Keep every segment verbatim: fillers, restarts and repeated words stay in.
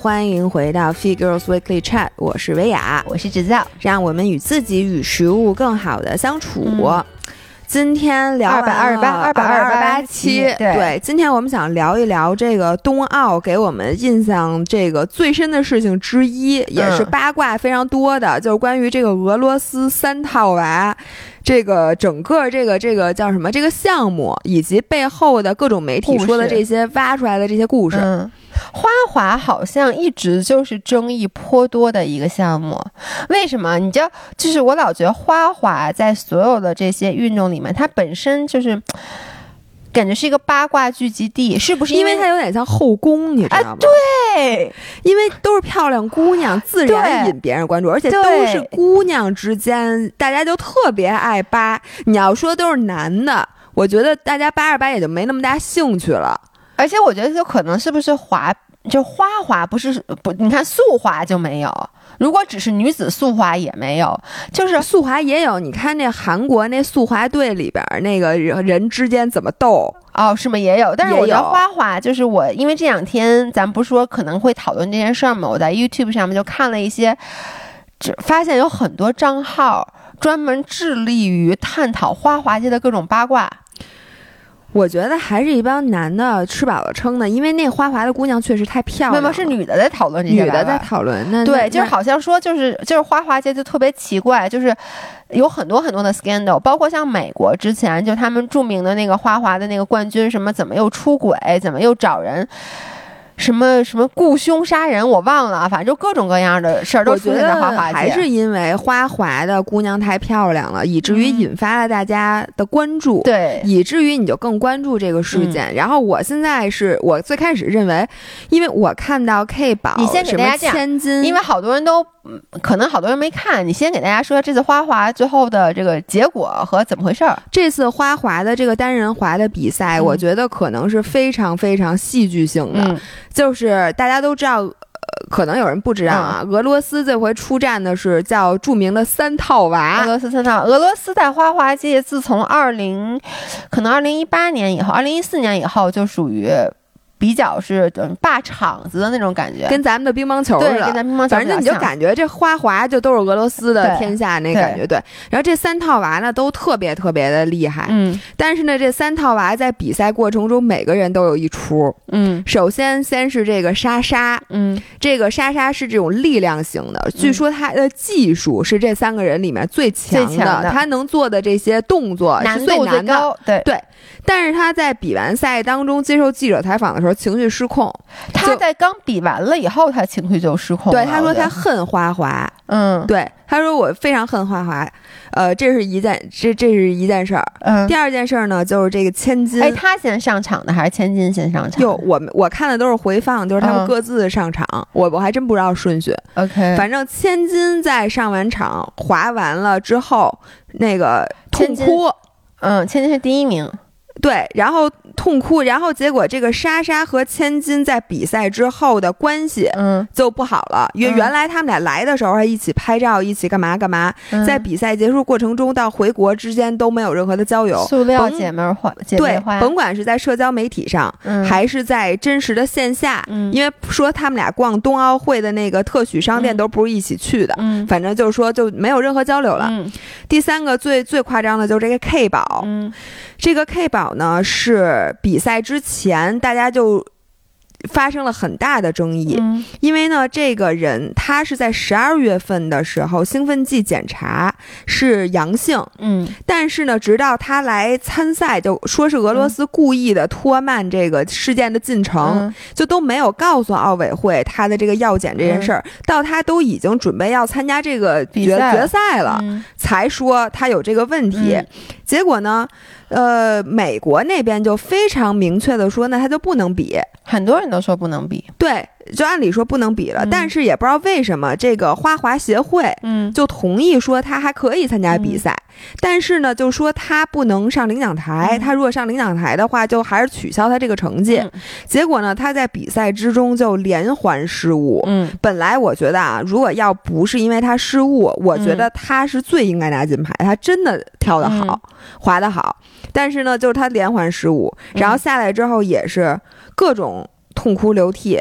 欢迎回到 Fit Girls Weekly Chat， 我是维雅， 我是芷造， 让我们与自己与食物更好的相处。嗯、今天聊完了二百二十八、二百二十八期， 对, 对，今天我们想聊一聊这个冬奥给我们印象这个最深的事情之一，嗯、也是八卦非常多的，就是关于这个俄罗斯三套娃。这个整个这个这个叫什么？这个项目以及背后的各种媒体说的这些挖出来的这些故事， 嗯、花滑好像一直就是争议颇多的一个项目。为什么？你知道，就是我老觉得花滑在所有的这些运动里面，它本身就是感觉是一个八卦聚集地，是不是？ 因为它有点像后宫，你知道吗？ 啊、对， 因为都是漂亮姑娘，自然引别人关注，而且都是姑娘之间，大家就特别爱扒。你要说都是男的，我觉得大家扒着扒也就没那么大兴趣了。 而且我觉得有可能是不是滑，就花滑不是不？你看速滑就没有。如果只是女子速滑也没有，就是速滑也有。你看那韩国那速滑队里边那个人之间怎么斗哦，是吗？也有。但是我觉得花滑就是我，因为这两天咱不是说可能会讨论这件事嘛，我在 YouTube 上面就看了一些，发现有很多账号专门致力于探讨花滑界的各种八卦。 我觉得还是一帮男的吃饱了撑的，因为那花滑的姑娘确实太漂亮了。 没有，是女的在讨论这些， 女的在讨论。那对，就是好像说，就是就是花滑界就特别奇怪，就是有很多很多的 scandal， 包括像美国之前就他们著名的那个花滑的那个冠军，什么怎么又出轨，怎么又找人。什么什么雇凶杀人我忘了，反正就各种各样的事儿都出现在花滑界。 还是因为花滑的姑娘太漂亮了，以至于引发了大家的关注， 嗯、对， 以至于你就更关注这个事件。嗯、然后我现在是我最开始认为，因为我看到 K 宝你先给大家讲千金， 因为好多人都可能好多人没看，你先给大家说这次花滑最后的这个结果和怎么回事儿。 这次花滑的这个单人滑的比赛，嗯、我觉得可能是非常非常戏剧性的。嗯就是大家都知道，呃，可能有人不知道啊。嗯、俄罗斯这回出战的是叫著名的三套娃。 俄罗斯三套，俄罗斯在花滑界自从二零，可能二零一八年以后，二零一四年以后就属于。比较是霸场子的那种感觉， 跟咱们的乒乓球似的。 对，跟咱乒乓球反正你就感觉这花滑就都是俄罗斯的天下那感觉。对，对然后这三套娃呢都特别特别的厉害。嗯，但是呢，这三套娃在比赛过程中每个人都有一出。嗯，首先先是这个莎莎。嗯，这个莎莎是这种力量型的，嗯、据说她的技术是这三个人里面最强的， 最强的她能做的这些动作是最难的。 难度最高。对对。但是他在比完赛当中接受记者采访的时候情绪失控， 他在刚比完了以后他情绪就失控了。 对，他说他恨花滑。嗯，对，他说我非常恨花滑。呃，这是一件这这是一件事儿。嗯，第二件事儿呢就是这个千金。 哎，他先上场的还是千金先上场？ 哟，我我看的都是回放，就是他们各自上场，嗯、我我还真不知道顺序。 OK， 反正千金在上完场滑完了之后，那个痛哭。 嗯，千金是第一名。 对，然后痛哭，然后结果这个莎莎和千金在比赛之后的关系嗯就不好了，因为原来他们俩来的时候还一起拍照，一起干嘛干嘛，嗯、在比赛结束过程中到回国之间都没有任何的交流。 塑料姐妹花，姐妹花对，甭管是在社交媒体上，嗯、还是在真实的线下，嗯、因为说他们俩逛冬奥会的那个特许商店都不是一起去的，嗯、反正就是说就没有任何交流了。嗯、第三个最最夸张的就是这个 K 宝，嗯、这个 K 宝呢是比赛之前大家就发生了很大的争议，嗯、因为呢这个人他是在十二月份的时候兴奋剂检查是阳性，嗯，但是呢直到他来参赛就说是俄罗斯故意的拖慢这个事件的进程，嗯、就都没有告诉奥委会他的这个药检这件事儿，嗯、到他都已经准备要参加这个决决赛了，嗯、才说他有这个问题，嗯、结果呢呃，美国那边就非常明确的说，那他就不能比。 很多人都说不能比， 对，就按理说不能比了， 嗯、 但是也不知道为什么这个花滑协会，嗯，就同意说他还可以参加比赛，嗯、但是呢，就说他不能上领奖台，嗯、他如果上领奖台的话，就还是取消他这个成绩。嗯、结果呢，他在比赛之中就连环失误。嗯，本来我觉得啊，如果要不是因为他失误，我觉得他是最应该拿金牌，他真的跳得好，嗯、滑得好。但是呢，就是他连环失误，然后下来之后也是各种痛哭流涕，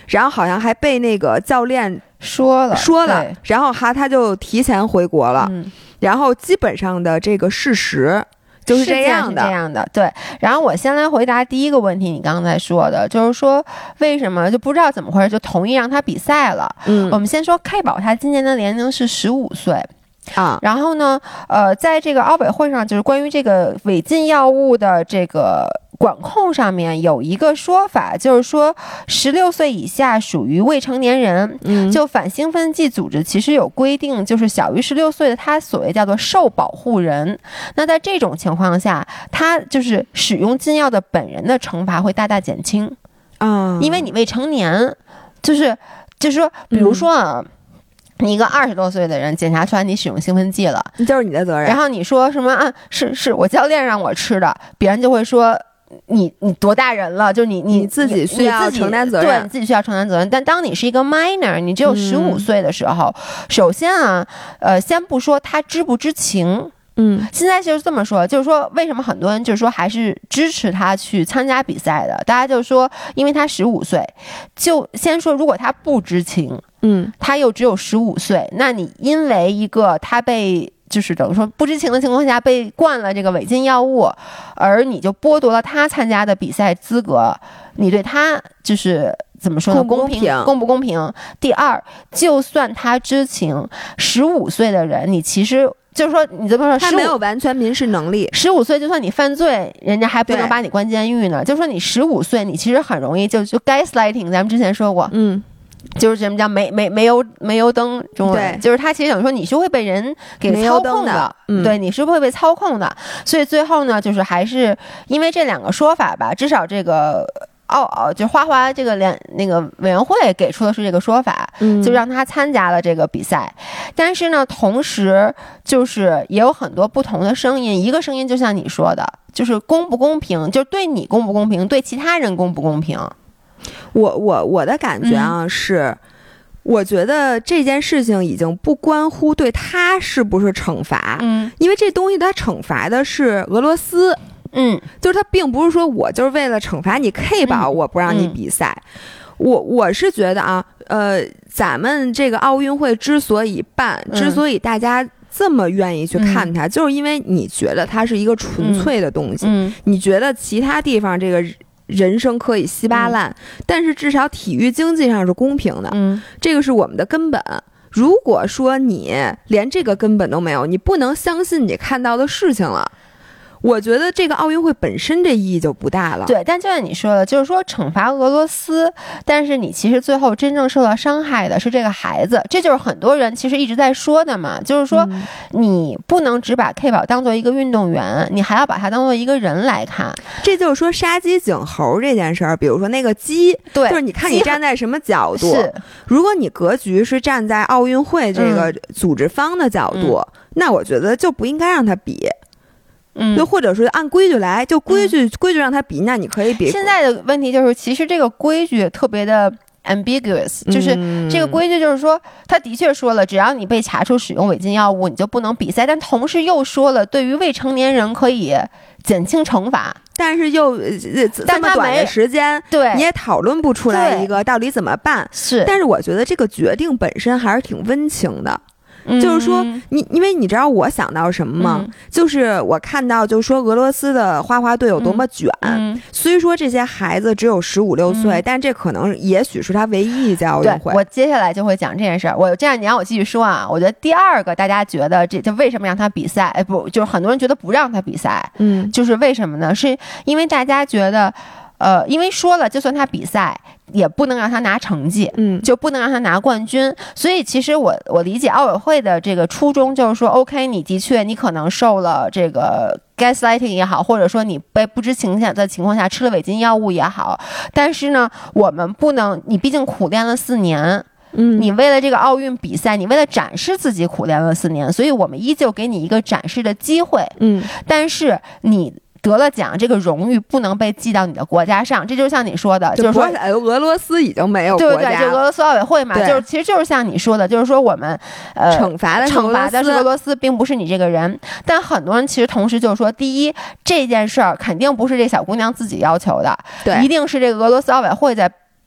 然后好像还被那个教练说了说了，然后哈他就提前回国了、 嗯、 然后基本上的这个事实就是这样的， 是这样的，对。然后我先来回答第一个问题，你刚才说的，就是说为什么就不知道怎么回事就同意让他比赛了？ 嗯， 我们先说 K 宝，他今年的年龄是十五岁。 啊， 然后呢，呃，在这个奥委会上，就是关于这个违禁药物的这个管控上面有一个说法，就是说十六岁以下属于未成年人。 嗯， 就反兴奋剂组织其实有规定，就是小于十六岁的他所谓叫做受保护人。那在这种情况下，他就是使用禁药的本人的惩罚会大大减轻啊、 嗯，因为你未成年，就是就是说，比如说啊。嗯，你一个二十多岁的人检查出来你使用兴奋剂了， 就是你的责任。 然后你说什么啊？是是我教练让我吃的，别人就会说你你多大人了？就你你你自己需要承担责任， 对，你自己需要承担责任。但当你是一个 minor， 你只有十五岁的时候、嗯，首先啊，呃，先不说他知不知情。 嗯， 现在就是这么说，就是说为什么很多人就是说还是支持他去参加比赛的？大家就说，因为他十五岁，就先说如果他不知情， 嗯， 他又只有十五岁，那你因为一个他被就是等于说不知情的情况下被灌了这个违禁药物，而你就剥夺了他参加的比赛资格，你对他就是怎么说呢？ 公平， 公不公平？第二，就算他知情，十五岁的人，你其实。就是说，你这么说， 他没有完全民事能力。 十五岁，就算你犯罪，人家还不能把你关监狱呢。就说你十五岁，你其实很容易就就 gaslighting， 咱们之前说过， 嗯， 就是什么叫煤煤煤油煤油灯，中文就是他其实等于说你是会被人给操控的， 的嗯、 对，你是会被操控的。所以最后呢，就是还是因为这两个说法吧，至少这个。哦哦，就花花这个联那个委员会给出的是这个说法、嗯，就让他参加了这个比赛。但是呢，同时就是也有很多不同的声音。一个声音就像你说的，就是公不公平，就对你公不公平，对其他人公不公平。 我我我的感觉啊、嗯、是，我觉得这件事情已经不关乎对他是不是惩罚， 嗯， 因为这东西他惩罚的是俄罗斯。 嗯， 就是他并不是说我就是为了惩罚你 K 宝、嗯、我不让你比赛、嗯、我我是觉得啊呃咱们这个奥运会之所以办、嗯、之所以大家这么愿意去看它、嗯、就是因为你觉得它是一个纯粹的东西、 嗯、 你觉得其他地方这个人生可以稀巴烂、嗯、但是至少体育经济上是公平的、 嗯、 这个是我们的根本。如果说你连这个根本都没有，你不能相信你看到的事情了，我觉得这个奥运会本身这意义就不大了。 对，但就像你说的，就是说惩罚俄罗斯，但是你其实最后真正受到伤害的是这个孩子，这就是很多人其实一直在说的嘛，就是说、嗯、你不能只把 K 宝当做一个运动员，你还要把他当做一个人来看。 这就是说杀鸡儆猴这件事儿，比如说那个鸡， 对， 就是你看你站在什么角度。 是， 如果你格局是站在奥运会这个组织方的角度、嗯、那我觉得就不应该让他比。 嗯， 就或者说按规矩来，就规矩、嗯、规矩让他比，那你可以比。 现在的问题就是，其实这个规矩特别的 ambiguous， 就是这个规矩就是说，他的确说了，只要你被查出使用违禁药物，你就不能比赛，但同时又说了，对于未成年人可以减轻惩罚。 但是又呃这么短的时间， 对， 你也讨论不出来一个到底怎么办。 是， 但是我觉得这个决定本身还是挺温情的。 嗯、 就是说你因为你知道我想到什么吗、嗯、就是我看到就是说俄罗斯的花滑队有多么卷、 嗯、 虽说这些孩子只有十五六岁、嗯、但这可能也许是他唯一一届奥运会。 我接下来就会讲这件事儿。我这样你让我继续说啊，我觉得第二个大家觉得这就为什么让他比赛，哎不就是很多人觉得不让他比赛， 嗯， 就是为什么呢？是因为大家觉得呃，因为说了，就算他比赛，也不能让他拿成绩， 嗯， 就不能让他拿冠军。所以其实我我理解奥委会的这个初衷，就是说 ，OK， 你的确你可能受了这个 gaslighting 也好，或者说你被不知情的情况下吃了违禁药物也好，但是呢，我们不能，你毕竟苦练了四年。 嗯， 你为了这个奥运比赛，你为了展示自己苦练了四年，所以我们依旧给你一个展示的机会。 嗯， 但是你得了奖，这个荣誉不能被记到你的国家上，这就像你说的，就是说俄罗斯已经没有国家， 对对，就俄罗斯奥委会嘛，就是其实就是像你说的，就是说我们呃惩罚的惩罚的是俄罗斯，并不是你这个人。但很多人其实同时就是说，第一，这件事儿肯定不是这小姑娘自己要求的， 对， 一定是这个俄罗斯奥委会在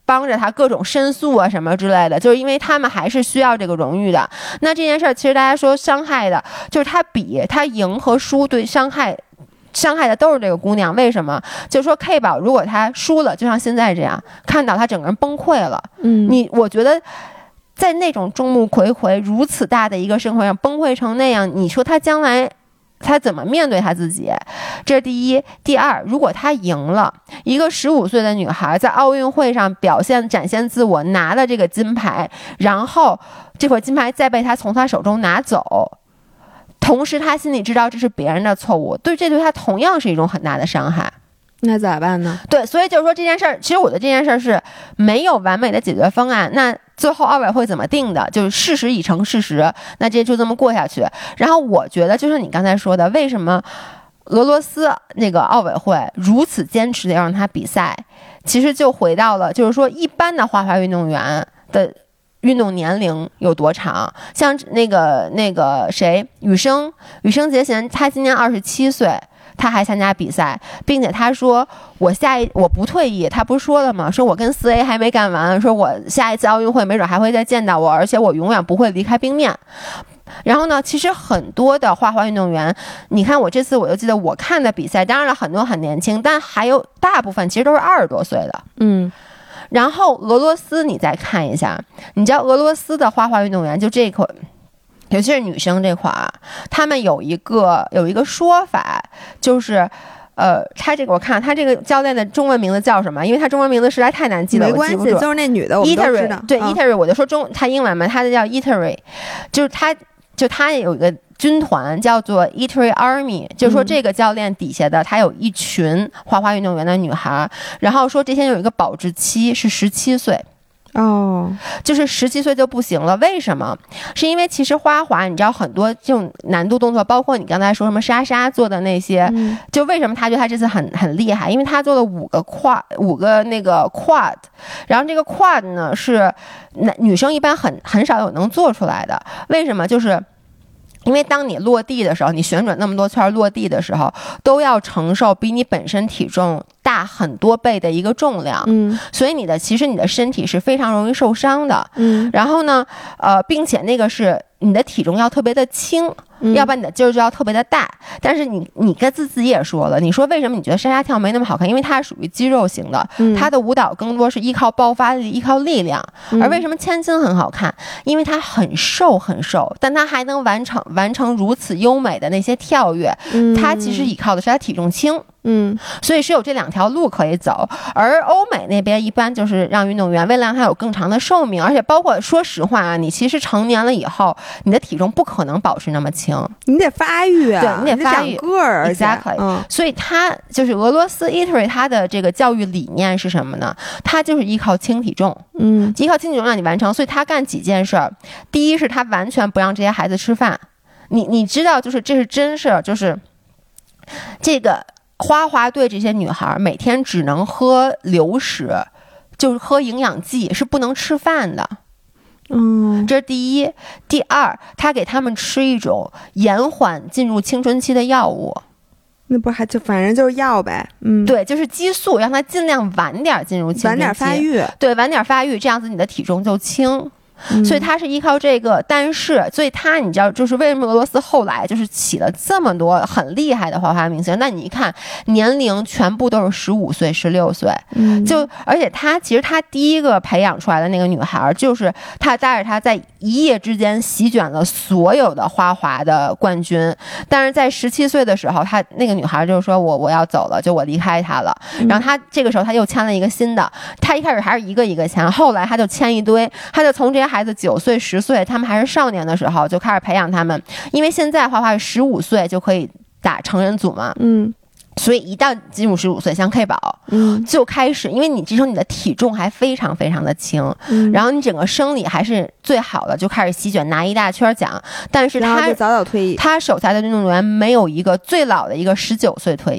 帮着他各种申诉啊什么之类的，就是因为他们还是需要这个荣誉的。那这件事儿其实大家说伤害的就是他比他赢和输对伤害伤害的都是这个姑娘。为什么？就是说 K 宝如果他输了，就像现在这样，看到他整个人崩溃了， 嗯， 你我觉得在那种众目睽睽如此大的一个盛会上崩溃成那样，你说他将来他怎么面对他自己？这是第一。第二，如果他赢了，一个十五岁的女孩在奥运会上表现展现自我，拿了这个金牌，然后这块金牌再被他从他手中拿走，同时他心里知道这是别人的错误，对，这对他同样是一种很大的伤害。 那咋办呢？ 对，所以就是说这件事儿，其实我的这件事儿是没有完美的解决方案。那最后奥委会怎么定的？就是事实已成事实，那这就这么过下去。然后我觉得，就是你刚才说的，为什么俄罗斯那个奥委会如此坚持的要让他比赛？其实就回到了，就是说一般的花滑运动员的运动年龄有多长？像那个那个谁，羽生羽生结弦，他今年二十七岁。他还参加比赛，并且他说我下一我不退役，他不是说了吗？说我跟四 A 还没干完，说我下一次奥运会没准还会再见到我，而且我永远不会离开冰面。然后呢，其实很多的花滑运动员，你看我这次我就记得我看的比赛，当然了很多很年轻，但还有大部分其实都是二十多岁的。 嗯。 然后俄罗斯你再看一下，你知道俄罗斯的花滑运动员就这块，尤其是女生这块儿，他们有一个有一个说法，就是，呃，他这个我看他这个教练的中文名字叫什么？因为他中文名字实在太难记了， 没关系，就是那女的，我们都知道。 对 ，Itery，、 嗯、 我就说中他英文嘛，他的叫 Itery， 就是他就他有一个军团叫做 Itery Army， 就是说这个教练底下的他有一群花滑运动员的女孩，然后说这些有一个保质期是十七岁。 哦， 就是十七岁就不行了，为什么？是因为其实花滑，你知道很多这种难度动作，包括你刚才说什么莎莎做的那些，嗯、就为什么他觉得他这次很很厉害？因为他做了五个 quad， 五个那个 quad， 然后这个 quad 呢是男女生一般很很少有能做出来的，为什么？就是因为当你落地的时候，你旋转那么多圈落地的时候，都要承受比你本身体重大很多倍的一个重量， 嗯， 所以你的其实你的身体是非常容易受伤的， 嗯， 然后呢，呃，并且那个是你的体重要特别的轻，嗯、要不然你的劲儿就要特别的大。但是你你跟自己也说了，你说为什么你觉得莎莎跳没那么好看？因为它属于肌肉型的，嗯、它的舞蹈更多是依靠爆发力、依靠力量。 嗯、 而为什么千金很好看？因为它很瘦很瘦，但它还能完成完成如此优美的那些跳跃。 嗯、 它其实依靠的是它体重轻。 嗯， 所以是有这两条路可以走，而欧美那边一般就是让运动员为了让他有更长的寿命，而且包括说实话啊，你其实成年了以后，你的体重不可能保持那么轻， 你得发育啊， 对，你得发育， 长个儿 ，exactly， 嗯， 所以他就是俄罗斯 Itery 他的这个教育理念是什么呢？他就是依靠轻体重， 嗯， 依靠轻体重让你完成，所以他干几件事儿，第一是他完全不让这些孩子吃饭，你你知道，就是这是真事儿，就是这个。花滑队这些女孩每天只能喝流食，就是喝营养剂，是不能吃饭的。 嗯， 这是第一。第二，他给他们吃一种延缓进入青春期的药物。 那不还就反正就是药呗，嗯， 对，就是激素，让他尽量晚点进入青春期， 晚点发育， 对，晚点发育，这样子你的体重就轻。 嗯、 所以他是依靠这个，但是所以他你知道就是为什么俄罗斯后来就是起了这么多很厉害的花滑明星？那你一看年龄全部都是十五岁、十六岁， 嗯， 就而且他其实他第一个培养出来的那个女孩，就是他带着他在一夜之间席卷了所有的花滑的冠军。但是在十七岁的时候，他那个女孩就说我我要走了，就我离开他了。 嗯、 然后他这个时候他又签了一个新的，他一开始还是一个一个签，后来他就签一堆，他就从这些孩子九岁、十岁，他们还是少年的时候就开始培养他们，因为现在花滑是十五岁就可以打成人组嘛， 嗯， 所以一旦进入十五岁，像 K 宝， 嗯， 就开始，因为你这时候你的体重还非常非常的轻， 嗯， 然后你整个生理还是最好的，就开始席卷拿一大圈奖，但是他就早早退役， 他手下的运动员没有一个最老的一个十九岁退役。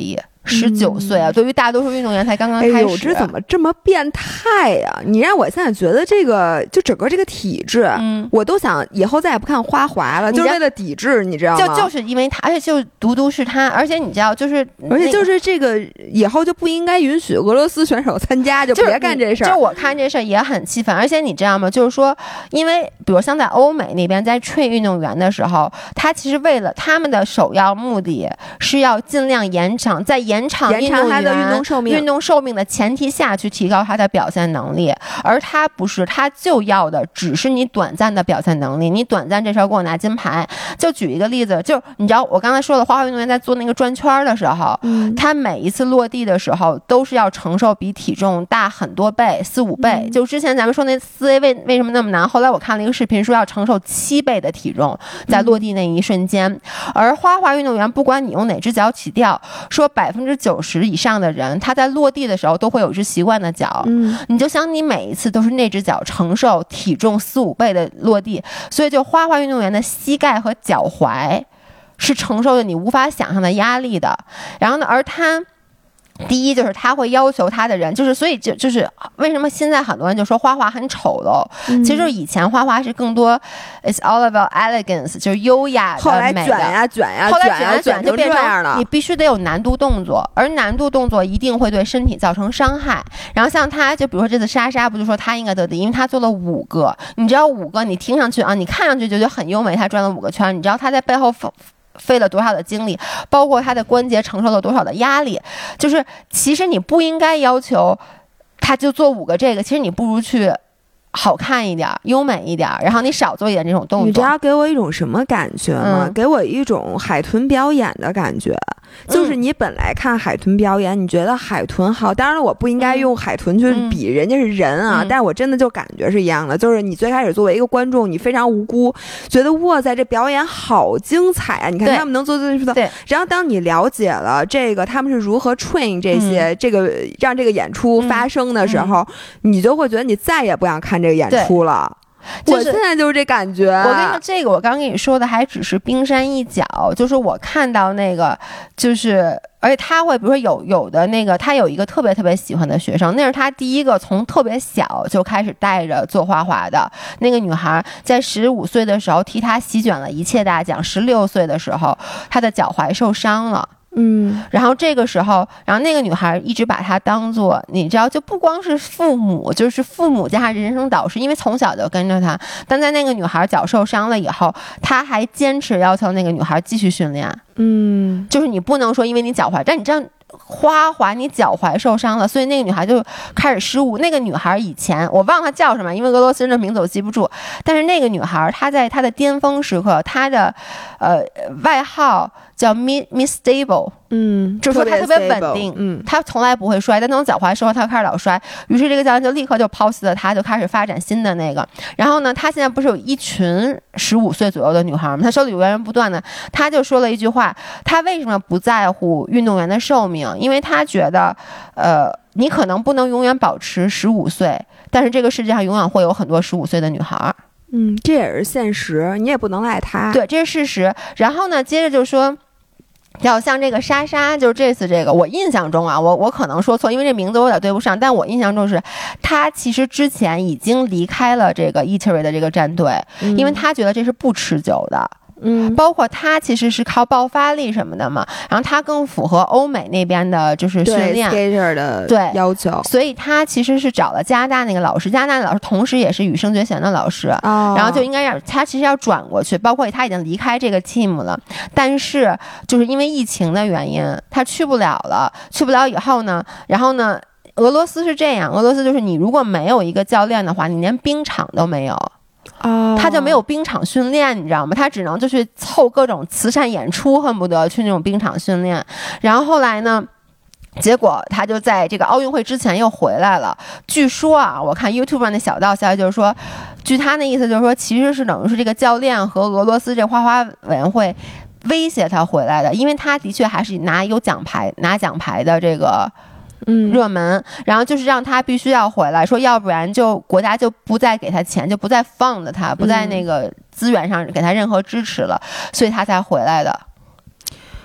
十九岁啊、嗯！对于大多数运动员才刚刚开始。 哎呦，这怎么这么变态呀、啊？你让我现在觉得这个就整个这个体制，嗯，我都想以后再也不看花滑了，就是为了抵制，你知道吗？ 就就是因为他，而且就独独是他，而且你知道，就是、那个、 而且就是这个以后就不应该允许俄罗斯选手参加，就别干这事儿。 就我看这事儿也很气愤，而且你知道吗？就是说，因为比如像在欧美那边，在 train 运动员的时候，他其实为了他们的首要目的是要尽量延长在延长延长他的运动寿命， 运动寿命的前提下去提高他的表现能力，而他不是，他就要的只是你短暂的表现能力，你短暂这时候给我拿金牌。就举一个例子，就你知道我刚才说的花滑运动员在做那个转圈的时候、嗯、他每一次落地的时候都是要承受比体重大很多倍，四五倍、嗯、就之前咱们说那四 A 为为什么那么难，后来我看了一个视频说要承受七倍的体重在落地那一瞬间、嗯、而花滑运动员不管你用哪只脚起跳，说百分之九十以上的人他在落地的时候都会有一只习惯的脚、嗯、你就想你每一次都是那只脚承受体重四五倍的落地，所以就花滑运动员的膝盖和脚踝是承受着你无法想象的压力的。然后呢，而他第一就是他会要求他的人，就是所以就就是为什么现在很多人就说花滑很丑陋、嗯、其实就是以前花滑是更多 it's all about elegance， 就是优雅的后来卷呀卷呀后来卷呀卷就变成这样了， 你必须得有难度动作，而难度动作一定会对身体造成伤害。然后像他就比如说这次莎莎不就说他应该得第一，因为他做了五个，你知道五个你听上去啊，你看上去就觉得很优美，他转了五个圈，你知道他在背后费了多少的精力，包括他的关节承受了多少的压力，就是其实你不应该要求他就做五个这个，其实你不如去好看一点优美一点，然后你少做一点这种动作。 你知道给我一种什么感觉吗、嗯、给我一种海豚表演的感觉，就是你本来看海豚表演、嗯、你觉得海豚好，当然了我不应该用海豚去比人家是人啊、嗯、但是我真的就感觉是一样的，就是你最开始作为一个观众你非常无辜，觉得哇塞这表演好精彩啊，你看他们能做这些， 对， 然后当你了解了这个他们是如何 train 这些、嗯、这个让这个演出发生的时候、嗯嗯、你就会觉得你再也不想看这个演出了。 就是、 我现在就是这感觉。 我跟你说，这个我刚跟你说的还只是冰山一角，就是我看到那个，就是而且他会，比如说有有的那个，他有一个特别特别喜欢的学生，那是他第一个从特别小就开始带着做花滑的那个女孩，在十五岁的时候替他席卷了一切大奖，十六岁的时候她的脚踝受伤了。嗯，然后这个时候，然后那个女孩一直把她当做，你知道，就不光是父母，就是父母加人生导师，因为从小就跟着她。但在那个女孩脚受伤了以后，她还坚持要求那个女孩继续训练。嗯，就是你不能说因为你脚踝，但你这样花滑你脚踝受伤了，所以那个女孩就开始失误。那个女孩以前我忘了她叫什么，因为俄罗斯人的名字我记不住，但是那个女孩她在她的巅峰时刻，她的呃外号叫 Miss Miss Stable， 嗯，就是说她特别稳定，嗯，她从来不会摔，但从脚踝时候她开始老摔，于是这个教练就立刻就抛弃了她，就开始发展新的那个。然后呢，她现在不是有一群十五岁左右的女孩吗？她手里源源不断的，她就说了一句话，她为什么不在乎运动员的寿命？因为她觉得，呃，你可能不能永远保持十五岁，但是这个世界上永远会有很多十五岁的女孩。 嗯，这也是现实，你也不能赖她。 对，这是事实。然后呢，接着就说。要像这个莎莎，就是这次这个，我印象中啊，我我可能说错，因为这名字我有点对不上，但我印象中是，他其实之前已经离开了这个 Italy 的这个战队，嗯、因为他觉得这是不持久的。嗯，包括他其实是靠爆发力什么的嘛，然后他更符合欧美那边的就是训练 skater 的要求， 所以他其实是找了加拿大那个老师，加拿大的老师同时也是羽生结弦的老师，哦、然后就应该让他其实要转过去，包括他已经离开这个 team 了，但是就是因为疫情的原因，他去不了了，去不了以后呢，然后呢，俄罗斯是这样，俄罗斯就是你如果没有一个教练的话，你连冰场都没有。 哦， 他就没有冰场训练，你知道吗？他只能就去凑各种慈善演出，恨不得去那种冰场训练。然后后来呢，结果他就在这个奥运会之前又回来了。据说啊，我看 YouTube 上那小道消息就是说，据他那意思就是说，其实是等于是这个教练和俄罗斯这花滑委员会威胁他回来的，因为他的确还是拿有奖牌拿奖牌的这个。嗯，热门，然后就是让他必须要回来，说要不然就国家就不再给他钱，就不再放了他，不在那个资源上给他任何支持了，嗯、所以他才回来的。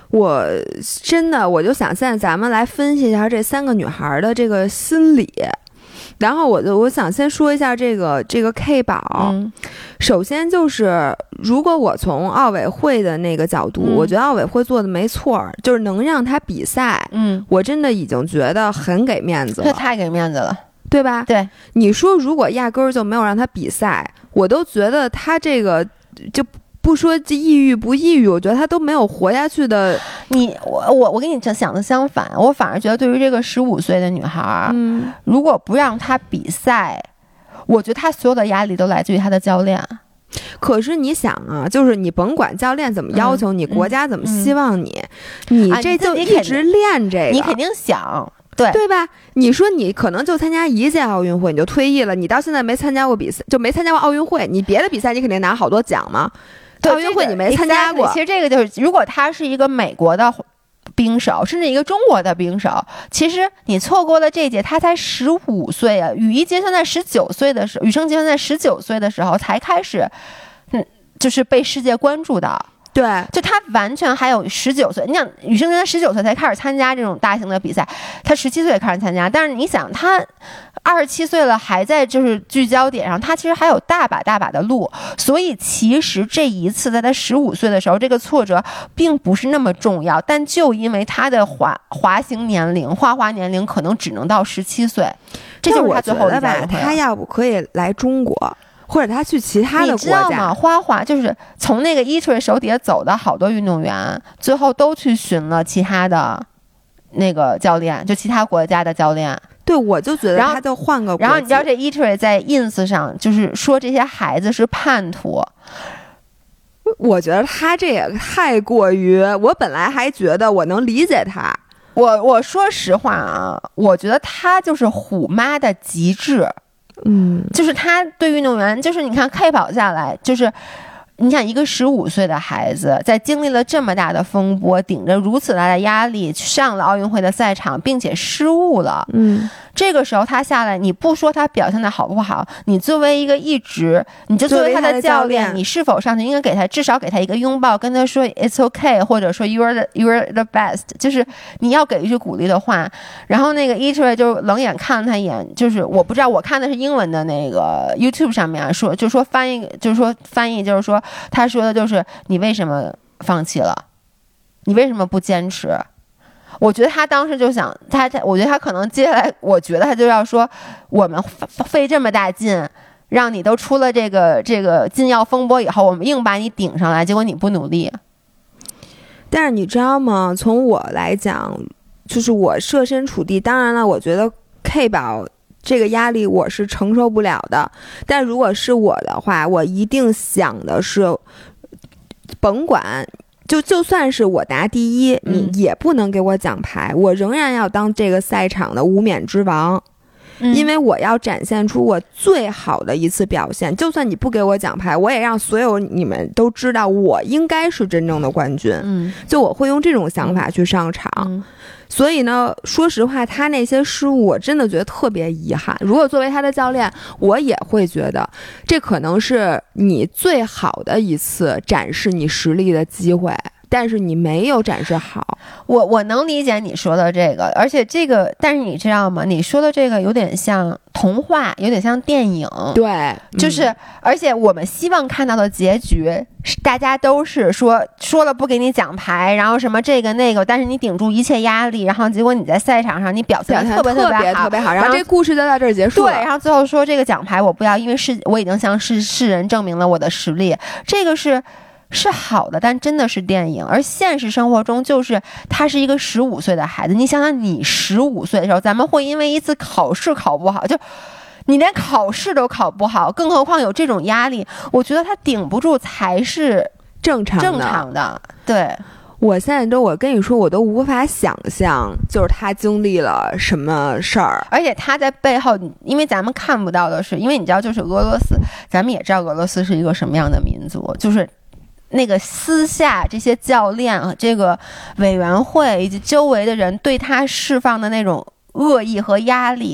我真的我就想现在咱们来分析一下这三个女孩的这个心理。然后我就我想先说一下这个这个 K 宝、嗯，首先就是如果我从奥委会的那个角度、嗯，我觉得奥委会做的没错，就是能让他比赛，嗯，我真的已经觉得很给面子了， 这太给面子了， 对吧？ 对， 你说如果压根儿就没有让他比赛，我都觉得他这个就。不说抑郁不抑郁，我觉得他都没有活下去的。 你我我我跟你想的相反，我反而觉得对于这个十五岁的女孩，嗯，如果不让她比赛，我觉得她所有的压力都来自于她的教练。 可是你想啊，就是你甭管教练怎么要求你，嗯、国家怎么希望你， 嗯、 你这就一直练这个， 你肯定想。对对吧？你说你可能就参加一届奥运会，你就退役了，你到现在没参加过比赛，就没参加过奥运会，你别的比赛你肯定拿好多奖嘛。 对， 奥运会你没参加过。 其实这个就是，如果他是一个美国的兵手，甚至一个中国的兵手，其实你错过了这届，他才十五岁啊。羽一结算在十九岁的时候，羽生结算在十九岁的时候才开始，嗯，就是被世界关注的。 对， 就他完全还有十九岁，你想羽生结弦十九岁才开始参加这种大型的比赛，他十七岁也开始参加，但是你想他二十七岁了还在就是聚焦点上，他其实还有大把大把的路，所以其实这一次在他十五岁的时候，这个挫折并不是那么重要，但就因为他的滑滑行年龄、花滑年龄可能只能到十七岁，这就是他最后的吧。 他要不可以来中国。或者他去其他的国家， 你知道吗？花滑就是从那个一锤手底下走的好多运动员，最后都去寻了其他的那个教练，就其他国家的教练。 对，我就觉得他就换个国。 然后你知道这一锤在 ins 上就是说这些孩子是叛徒， 我觉得他这也太过于，我本来还觉得我能理解他。 我我说实话啊，我觉得他就是虎妈的极致。 嗯， 就是他对运动员，就是你看 K 跑下来，就是你想一个十五岁的孩子，在经历了这么大的风波，顶着如此大的压力上了奥运会的赛场，并且失误了， 嗯， 这个时候他下来，你不说他表现的好不好，你作为一个一直，你就作为他的教练，你是否上去应该给他至少给他一个拥抱，跟他说 It's okay， 或者说 You're the You're the best， 就是你要给一句鼓励的话。然后那个一锤就冷眼看了他一眼，就是我不知道，我看的是英文的那个 YouTube 上面、啊、说，就说翻译，就是说翻译，就是说他说的就是你为什么放弃了，你为什么不坚持？我觉得他当时就想，他我觉得他可能接下来，我觉得他就要说，我们费这么大劲，让你都出了这个这个禁药风波以后，我们硬把你顶上来，结果你不努力。 但是你知道吗？从我来讲，就是我设身处地，当然了，我觉得 K 宝这个压力我是承受不了的。但如果是我的话，我一定想的是，甭管。就就算是我拿第一，你也不能给我奖牌，嗯、我仍然要当这个赛场的无冕之王，嗯、因为我要展现出我最好的一次表现。就算你不给我奖牌，我也让所有你们都知道我应该是真正的冠军。 嗯， 就我会用这种想法去上场。 嗯、 所以呢，说实话，他那些失误，我真的觉得特别遗憾。如果作为他的教练，我也会觉得这可能是你最好的一次展示你实力的机会，但是你没有展示好。 我我能理解你说的这个，而且这个，但是你知道吗？你说的这个有点像童话，有点像电影。 对， 就是，嗯、而且我们希望看到的结局，大家都是说说了不给你奖牌，然后什么这个那个，但是你顶住一切压力，然后结果你在赛场上你表现得特别特别特别好，然后这故事就到这儿结束了。 对，然后最后说这个奖牌我不要，因为是我已经向世世人证明了我的实力，这个是。是好的，但真的是电影，而现实生活中就是他是一个十五岁的孩子。你想想，你十五岁的时候，咱们会因为一次考试考不好，就你连考试都考不好，更何况有这种压力，我觉得他顶不住才是正常的。 正常的，对。 我现在都，我跟你说，我都无法想象，就是他经历了什么事儿， 而且他在背后，因为咱们看不到的是，因为你知道，就是俄罗斯，咱们也知道俄罗斯是一个什么样的民族，就是那个私下这些教练和这个委员会以及周围的人对他释放的那种恶意和压力。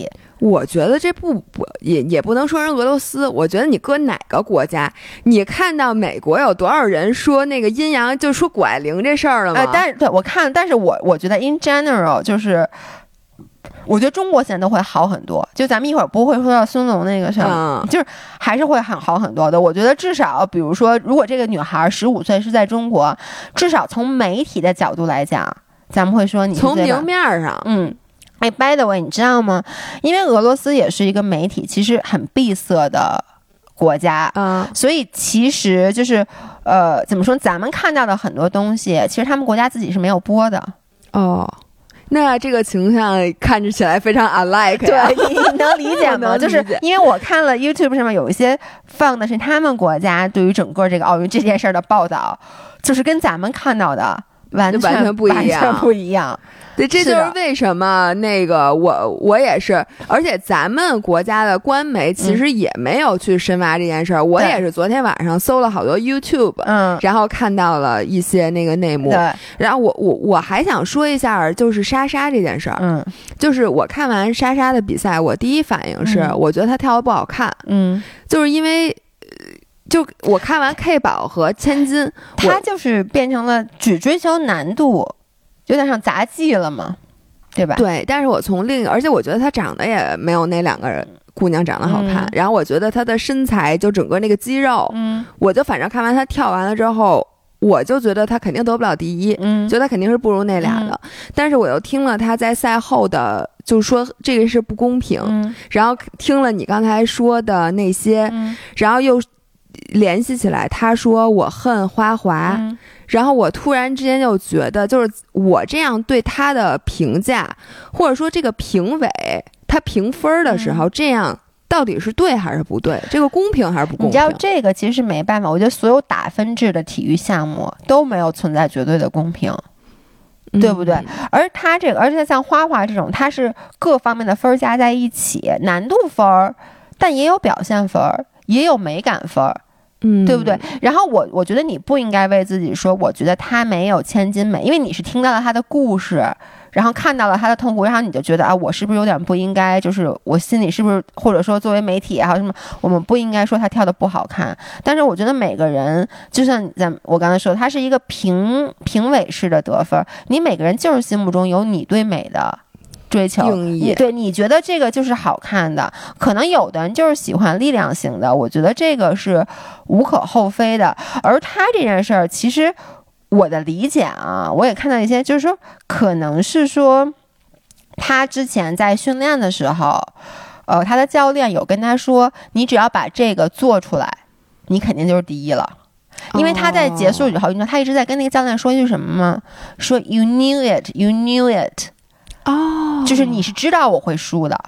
我觉得这不不也也不能说人俄罗斯，我觉得你搁哪个国家，你看到美国有多少人说那个阴阳，就说谷爱凌这事儿了吗？ 呃，但是对我看，但是我我觉得 in general 就是。我觉得中国现在都会好很多，就咱们一会儿不会说到孙龙那个事儿、嗯，就是还是会很好很多的。我觉得至少，比如说，如果这个女孩十五岁是在中国，至少从媒体的角度来讲，咱们会说你从明面上， 嗯，哎 ，by the way， 你知道吗？因为俄罗斯也是一个媒体其实很闭塞的国家， 嗯， 所以其实就是呃，怎么说？咱们看到的很多东西，其实他们国家自己是没有播的。 哦。那这个形象看着起来非常 unlike， 对，你能理解吗？就是因为我看了 YouTube 上面有一些放的是他们国家对于整个这个奥运这件事的报道，就是跟咱们看到的完全完全不一样， 完全不一样。 对，这就是为什么那个我我也是，而且咱们国家的官媒其实也没有去深挖这件事儿、嗯。我也是昨天晚上搜了好多 YouTube， 嗯，然后看到了一些那个内幕。 对， 然后我我我还想说一下，就是莎莎这件事儿， 嗯， 就是我看完莎莎的比赛，我第一反应是，嗯、我觉得她跳的不好看， 嗯， 就是因为。就我看完 K 宝和千金， 她就是变成了只追求难度。有点像杂技了嘛，对吧？ 对，但是我从另，而且我觉得她长得也没有那两个人姑娘长得好看、嗯。然后我觉得她的身材，就整个那个肌肉， 嗯， 我就反正看完她跳完了之后，我就觉得她肯定得不了第一， 嗯， 觉得她肯定是不如那俩的。嗯、但是我又听了她在赛后的，就是说这个是不公平， 嗯、 然后听了你刚才说的那些， 嗯、 然后又联系起来，她说我恨花滑。 嗯， 然后我突然之间就觉得，就是我这样对他的评价，或者说这个评委他评分的时候、嗯，这样到底是对还是不对？这个公平还是不公平？ 你知道这个其实是没办法，我觉得所有打分制的体育项目都没有存在绝对的公平， 嗯、 对不对？而他这个，而且像花滑这种，它是各方面的分加在一起，难度分，但也有表现分，也有美感分。 嗯， 对不对？然后我我觉得你不应该为自己说，我觉得他没有千金美，因为你是听到了他的故事，然后看到了他的痛苦，然后你就觉得啊，我是不是有点不应该？就是我心里是不是，或者说作为媒体也好什么，我们不应该说他跳的不好看。但是我觉得每个人，就像咱我刚才说，他是一个评评委式的得分，你每个人就是心目中有你对美的追求， 你对你觉得这个就是好看的，可能有的人就是喜欢力量型的，我觉得这个是无可厚非的。而他这件事儿，其实我的理解啊，我也看到一些，就是说可能是说他之前在训练的时候，呃，他的教练有跟他说，你只要把这个做出来，你肯定就是第一了。因为他在结束以后，你知道他一直在跟那个教练说一句什么吗？说 You knew it, you knew it。 哦， 就是你是知道我会输的，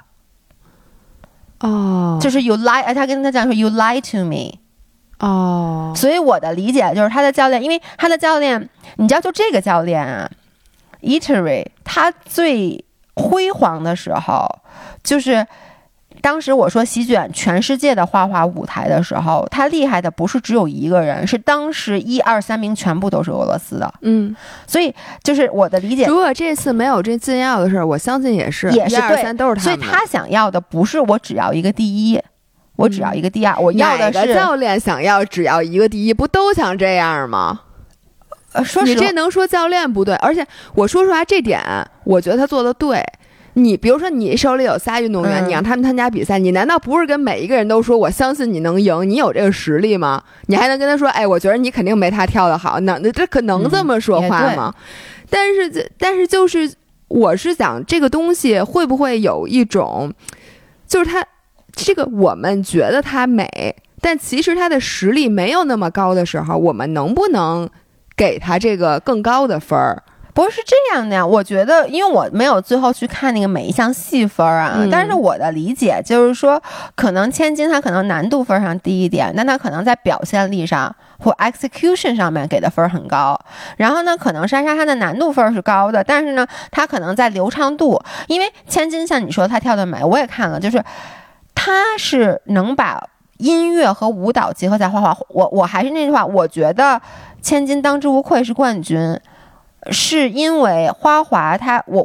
哦， 就是 you lie， 他跟他讲说 you lie to me， 哦， 所以我的理解就是他的教练，因为他的教练，你知道就这个教练啊 Iterry 他最辉煌的时候，就是当时我说席卷全世界的花滑舞台的时候，他厉害的不是只有一个人，是当时一二三名全部都是俄罗斯的。 嗯， 所以就是我的理解， 如果这次没有这禁药的事儿，我相信也是也是一二三都是他们。 所以他想要的不是我只要一个第一，我只要一个第二，嗯、我要的是哪个教练想要只要一个第一，不都想这样吗？ 呃，说你这能说教练不对？而且我说实话，这点我觉得他做的对。你比如说，你手里有仨运动员、嗯，你让他们参加比赛，你难道不是跟每一个人都说我相信你能赢，你有这个实力吗？你还能跟他说，哎，我觉得你肯定没他跳的好，那这可能这么说话吗？嗯、但是，但是就是我是想，这个东西会不会有一种，就是他这个我们觉得他美，但其实他的实力没有那么高的时候，我们能不能给他这个更高的分儿？ 不是这样的呀，我觉得，因为我没有最后去看那个每一项细分啊、嗯，但是我的理解就是说，可能千金它可能难度分上低一点，但它可能在表现力上或 execution 上面给的分很高。然后呢，可能莎莎她的难度分是高的，但是呢，她可能在流畅度，因为千金像你说她跳的美，我也看了，就是她是能把音乐和舞蹈结合在花滑。我我还是那句话，我觉得千金当之无愧是冠军。是因为花滑它，我我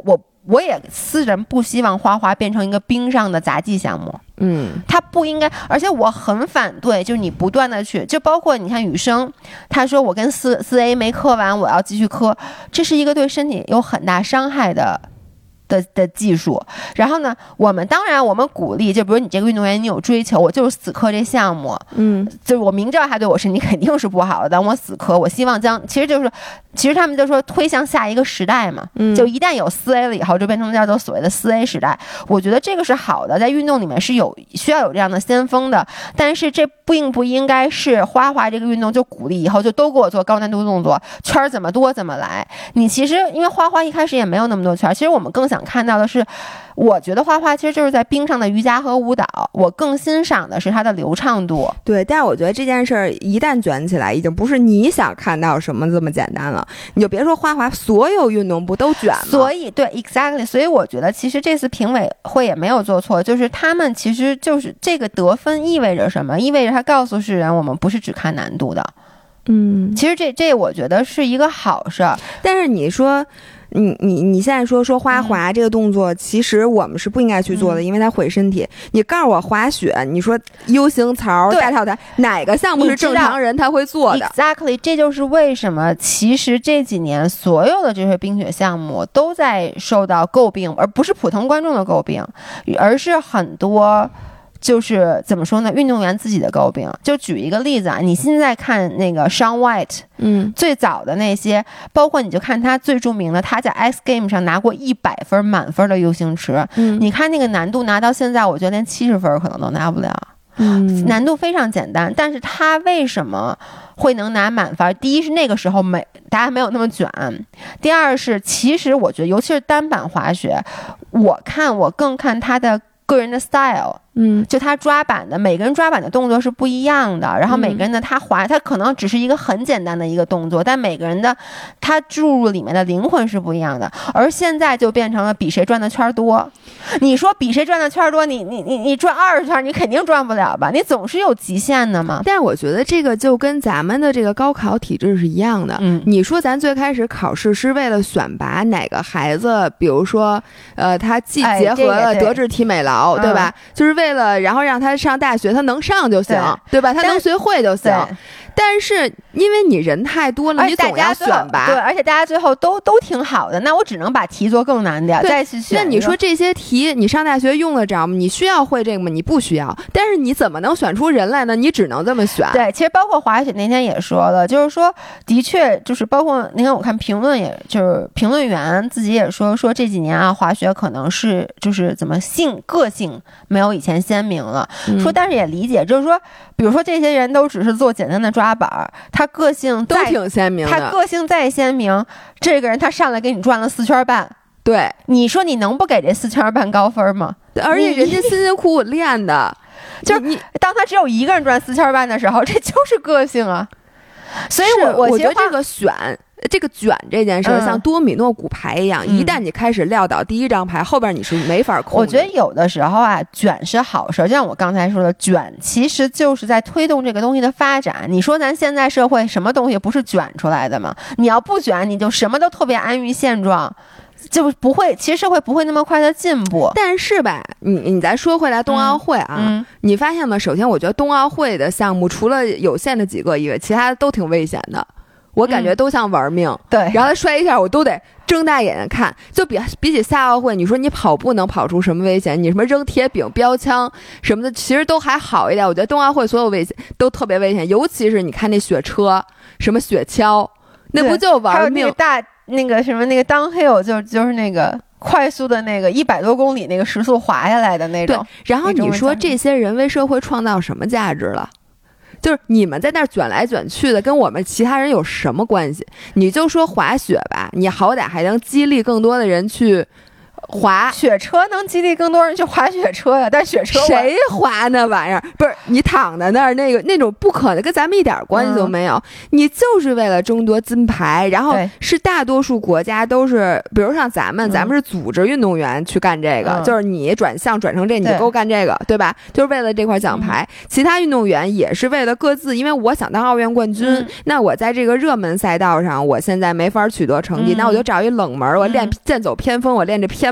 我也私人不希望花滑变成一个冰上的杂技项目。 嗯， 它不应该，而且我很反对，就是你不断的去，就包括你看雨生，他说我跟四四 A 没磕完，我要继续磕，这是一个对身体有很大伤害的。的的技术，然后呢，我们当然我们鼓励，就比如你这个运动员你有追求，我就是死磕这项目， 嗯， 就是我明知道他对我身体肯定是不好的，但我死磕，我希望将，其实就是，其实他们就说推向下一个时代嘛，嗯，就一旦有四 A 了以后，就变成叫做所谓的四 A 时代，我觉得这个是好的，在运动里面是有需要有这样的先锋的，但是这并不应该是花滑这个运动就鼓励以后就都给我做高难度动作，圈怎么多怎么来，你其实因为花滑一开始也没有那么多圈，其实我们更想看到的是，我觉得花滑其实就是在冰上的瑜伽和舞蹈，我更欣赏的是它的流畅度。 对，但是我觉得这件事儿一旦卷起来，已经不是你想看到什么这么简单了。你就别说花滑，所有运动不都卷吗？ 所以对 ，exactly。所以我觉得其实这次评委会也没有做错，就是他们其实就是这个得分意味着什么？意味着他告诉世人，我们不是只看难度的。 嗯， 其实这这我觉得是一个好事儿。 但是你说。你你你现在说说花滑这个动作，嗯、其实我们是不应该去做的，嗯、因为它毁身体。你告诉我滑雪，你说 U 型槽、大跳台，哪个项目是正常人他会做的 ？Exactly， 这就是为什么其实这几年所有的这些冰雪项目都在受到诟病，而不是普通观众的诟病，而是很多。就是怎么说呢？运动员自己的诟病。就举一个例子啊，你现在看那个 Shaun White， 嗯， 最早的那些，包括你就看他最著名的，他在 X Game 上拿过一百分满分的 U 型池， 嗯， 你看那个难度拿到现在，我觉得连七十分可能都拿不了。 嗯， 难度非常简单，但是他为什么会能拿满分？第一是那个时候没大家没有那么卷，第二是其实我觉得，尤其是单板滑雪，我看我更看他的个人的 style。 嗯， 就他抓板的，每个人抓板的动作是不一样的，然后每个人的他滑，他可能只是一个很简单的一个动作，但每个人的他注入里面的灵魂是不一样的。而现在就变成了比谁转的圈多。你说比谁转的圈多，你你你你转二十圈，你肯定转不了吧？你总是有极限的嘛。 但是我觉得这个就跟咱们的这个高考体制是一样的。 嗯， 你说咱最开始考试是为了选拔哪个孩子，比如说，呃，他既结合了德智体美劳， 哎、 对, 对吧？嗯、就是为了然后让他上大学，他能上就行， 对, 对吧？他能学会就行。但是因为你人太多了，你总要选拔， 对，而且大家最后都都挺好的，那我只能把题做更难点，再去选。 那你说这些题，你上大学用得着吗？你需要会这个吗？你不需要。但是你怎么能选出人来呢？你只能这么选。 对，其实包括滑雪那天也说了，就是说，的确就是包括你看，我看评论，也就是评论员自己也说，说这几年啊，滑雪可能是就是怎么性个性没有以前鲜明了。嗯、说，但是也理解，就是说，比如说这些人都只是做简单的抓板，他个性都挺鲜明的， 他个性再鲜明，这个人他上来给你转了四圈半， 对， 你说你能不给这四圈半高分吗？ 而且人家辛辛苦苦练的， 就是你当他只有一个人转四圈半的时候，这就是个性啊。所以我我觉得这个选。这个卷这件事儿、嗯、像多米诺骨牌一样、嗯、一旦你开始撂倒第一张牌，后边你是没法控制。 我觉得有的时候啊，卷是好事，就像我刚才说的，卷其实就是在推动这个东西的发展。你说咱现在社会什么东西不是卷出来的吗？你要不卷，你就什么都特别安于现状，就不会，其实社会不会那么快的进步。 但是吧，你你再说回来冬奥会啊、 嗯、 你发现吗？首先我觉得冬奥会的项目除了有限的几个以外，其他的都挺危险的，我感觉都像玩命、嗯、 对， 然后他摔一下我都得睁大眼睛看。就比比起夏奥会，你说你跑步能跑出什么危险？你什么扔铁饼标枪什么的其实都还好一点。我觉得冬奥会所有危险都特别危险，尤其是你看那雪车什么雪橇，那不就玩命。 还有那个大那个什么那个 downhill 就就是那个快速的那个一百多公里那个时速滑下来的那种。 对，然后你说这些人为社会创造什么价值了？就是你们在那儿卷来卷去的，跟我们其他人有什么关系？你就说滑雪吧，你好歹还能激励更多的人去滑。 雪车能激励更多人去滑雪车呀，但雪车谁滑那玩意儿？不是你躺在那儿，那个那种不可能，跟咱们一点关系都没有、嗯。你就是为了争夺金牌，然后是大多数国家都是，比如像咱们，咱们是组织运动员去干这个， 嗯、 就是你转向转成这，你就给我干这个， 对, 对吧？就是为了这块奖牌、嗯。其他运动员也是为了各自，因为我想当奥运冠军、嗯，那我在这个热门赛道上，我现在没法取得成绩，嗯、那我就找一冷门，我练剑走偏锋，我练这偏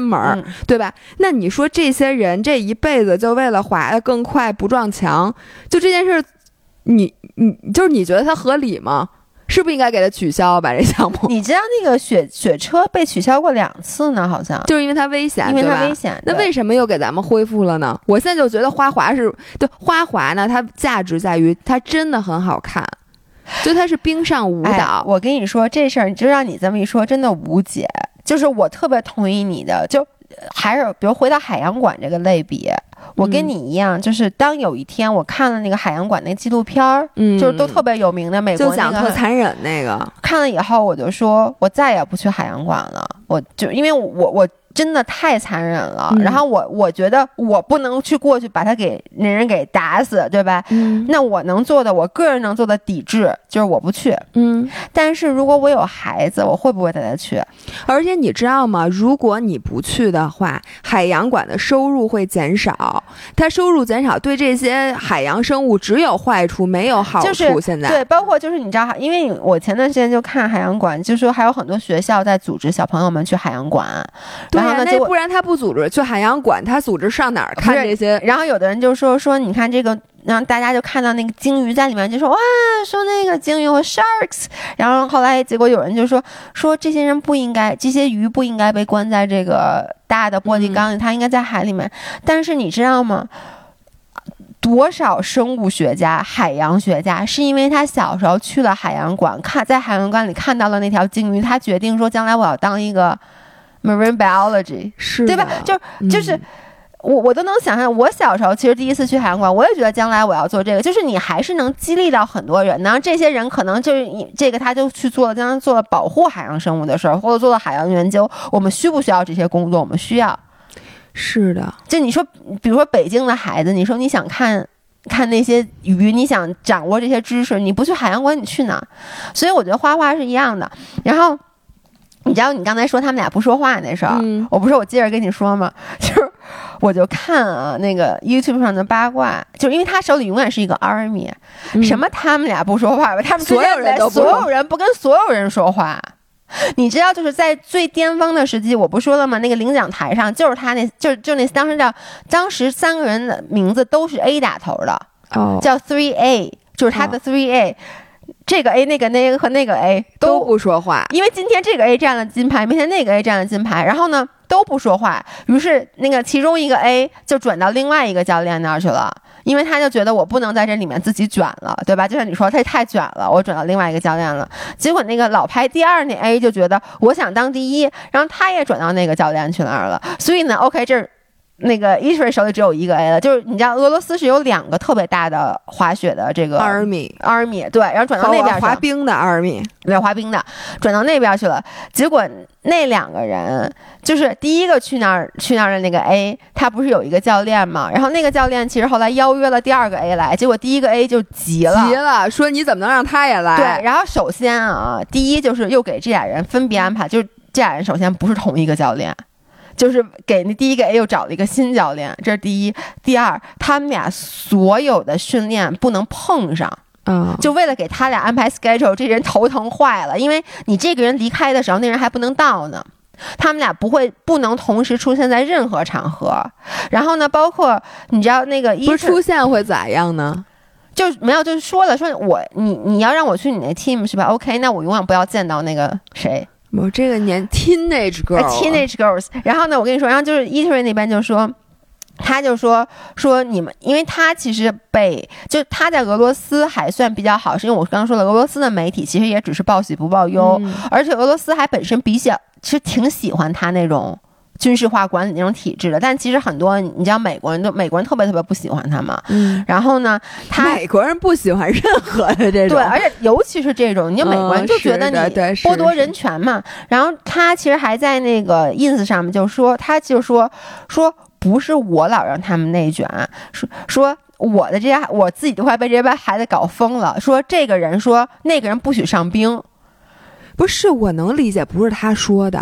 偏门、 嗯、 对吧？那你说这些人这一辈子就为了滑得更快不撞墙，就这件事你你就是你觉得它合理吗？是不是应该给它取消把这项目？ 你知道那个雪雪车被取消过两次呢，好像就是因为它危险， 因为它危险。 那为什么又给咱们恢复了呢？我现在就觉得花滑是对花滑呢，它价值在于它真的很好看，就它是冰上舞蹈。 哎、我跟你说这事儿，就让你这么一说，真的无解。就是我特别同意你的，就还是比如回到海洋馆这个类比。我跟你一样、嗯、就是当有一天我看了那个海洋馆那纪录片儿、嗯、就是都特别有名的美国、那个、 就讲特残忍那个， 看了以后我就说我再也不去海洋馆了，我就因为我我真的太残忍了、嗯、然后我我觉得我不能去过去把他给那人给打死，对吧、嗯、那我能做的，我个人能做的抵制就是我不去。嗯，但是如果我有孩子，我会不会带他去？ 而且你知道吗，如果你不去的话，海洋馆的收入会减少，它收入减少对这些海洋生物只有坏处没有好处、就是、现在对，包括就是你知道，因为我前段时间就看海洋馆，就说还有很多学校在组织小朋友们去海洋馆， 然后呢，那不然他不组织去海洋馆，他组织上哪儿看这些？ 然后有的人就说说，你看这个，然后大家就看到那个鲸鱼在里面，就说哇，说那个鲸鱼和 sharks。然后后来结果有人就说说这些人不应该，这些鱼不应该被关在这个大的玻璃缸里，它应该在海里面。但是你知道吗？多少生物学家、海洋学家是因为他小时候去了海洋馆，看在海洋馆里看到了那条鲸鱼，他决定说将来我要当一个 marine biology， 是对吧？就就是、嗯、我我都能想象，我小时候其实第一次去海洋馆，我也觉得将来我要做这个。就是你还是能激励到很多人，然后这些人可能就是这个他就去做了，将来做了保护海洋生物的事儿，或者做了海洋研究。我们需不需要这些工作？我们需要。 是的， 就你说，比如说北京的孩子，你说你想看看那些鱼，你想掌握这些知识，你不去海洋馆，你去哪？所以我觉得花花是一样的。然后你知道你刚才说他们俩不说话那事儿、嗯，我不是我接着跟你说吗？就是我就看啊那个 YouTube 上的八卦，就是因为他手里永远是一个 army，、嗯、什么他们俩不说话吧，他们所有人都不所有人不跟所有人说话。你知道，就是在最巅峰的时期，我不说了吗？那个领奖台上，就是他那，就就那当时叫，当时三个人的名字都是 A 打头的，哦，叫 three A， 就是他的 three A，、哦、这个 A 那个那个和那个 A 都, 都不说话， 因为今天这个 A 占了金牌，明天那个 A 占了金牌，然后呢都不说话，于是那个其中一个 A 就转到另外一个教练那儿去了。因为他就觉得我不能在这里面自己卷了，对吧？就像你说他太卷了，我转到另外一个教练了。结果那个老排第二那 A 就觉得我想当第一，然后他也转到那个教练去那儿了。所以呢 OK 这那个 Eatery 手里只有一个 A 了，就是你知道俄罗斯是有两个特别大的滑雪的这个 Army Army 对，然后转到那边滑冰的 Army 对，滑冰的转到那边去了。结果那两个人就是第一个去那儿去那儿的那个 A， 他不是有一个教练嘛？然后那个教练其实后来邀约了第二个 A 来，结果第一个 A 就急了， 急了，说你怎么能让他也来？ 对，然后首先啊，第一就是又给这俩人分别安排，就是这俩人首先不是同一个教练。就是给那第一个 A 又找了一个新教练，这是第一。第二，他们俩所有的训练不能碰上，嗯，就为了给他俩安排 schedule， 这人头疼坏了，因为你这个人离开的时候，那人还不能到呢。他们俩不会不能同时出现在任何场合。然后呢，包括你知道那个不是出现会咋样呢？ 就没有，就是说了说我你你要让我去你那 team 是吧 ？OK， 那我永远不要见到那个谁。 我这个年 teenage girl、啊、 teenage girls， 然后呢，我跟你说，然后就是 Eatery 那边就说，他就说说你们，因为他其实被就他在俄罗斯还算比较好，是因为我刚刚说了，俄罗斯的媒体其实也只是报喜不报忧、嗯，而且俄罗斯还本身比较其实挺喜欢他那种军事化管理那种体制的，但其实很多你知道美国人都美国人特别特别不喜欢他嘛，嗯，然后呢，他美国人不喜欢任何的这种， 对，而且尤其是这种，你就美国人就觉得你剥夺人权嘛，嗯、然后他其实还在那个 ins 上面就说，他就说说不是我老让他们内卷，说说我的这些我自己都快被这些孩子搞疯了，说这个人说那个人不许上冰， 不是我能理解，不是他说的。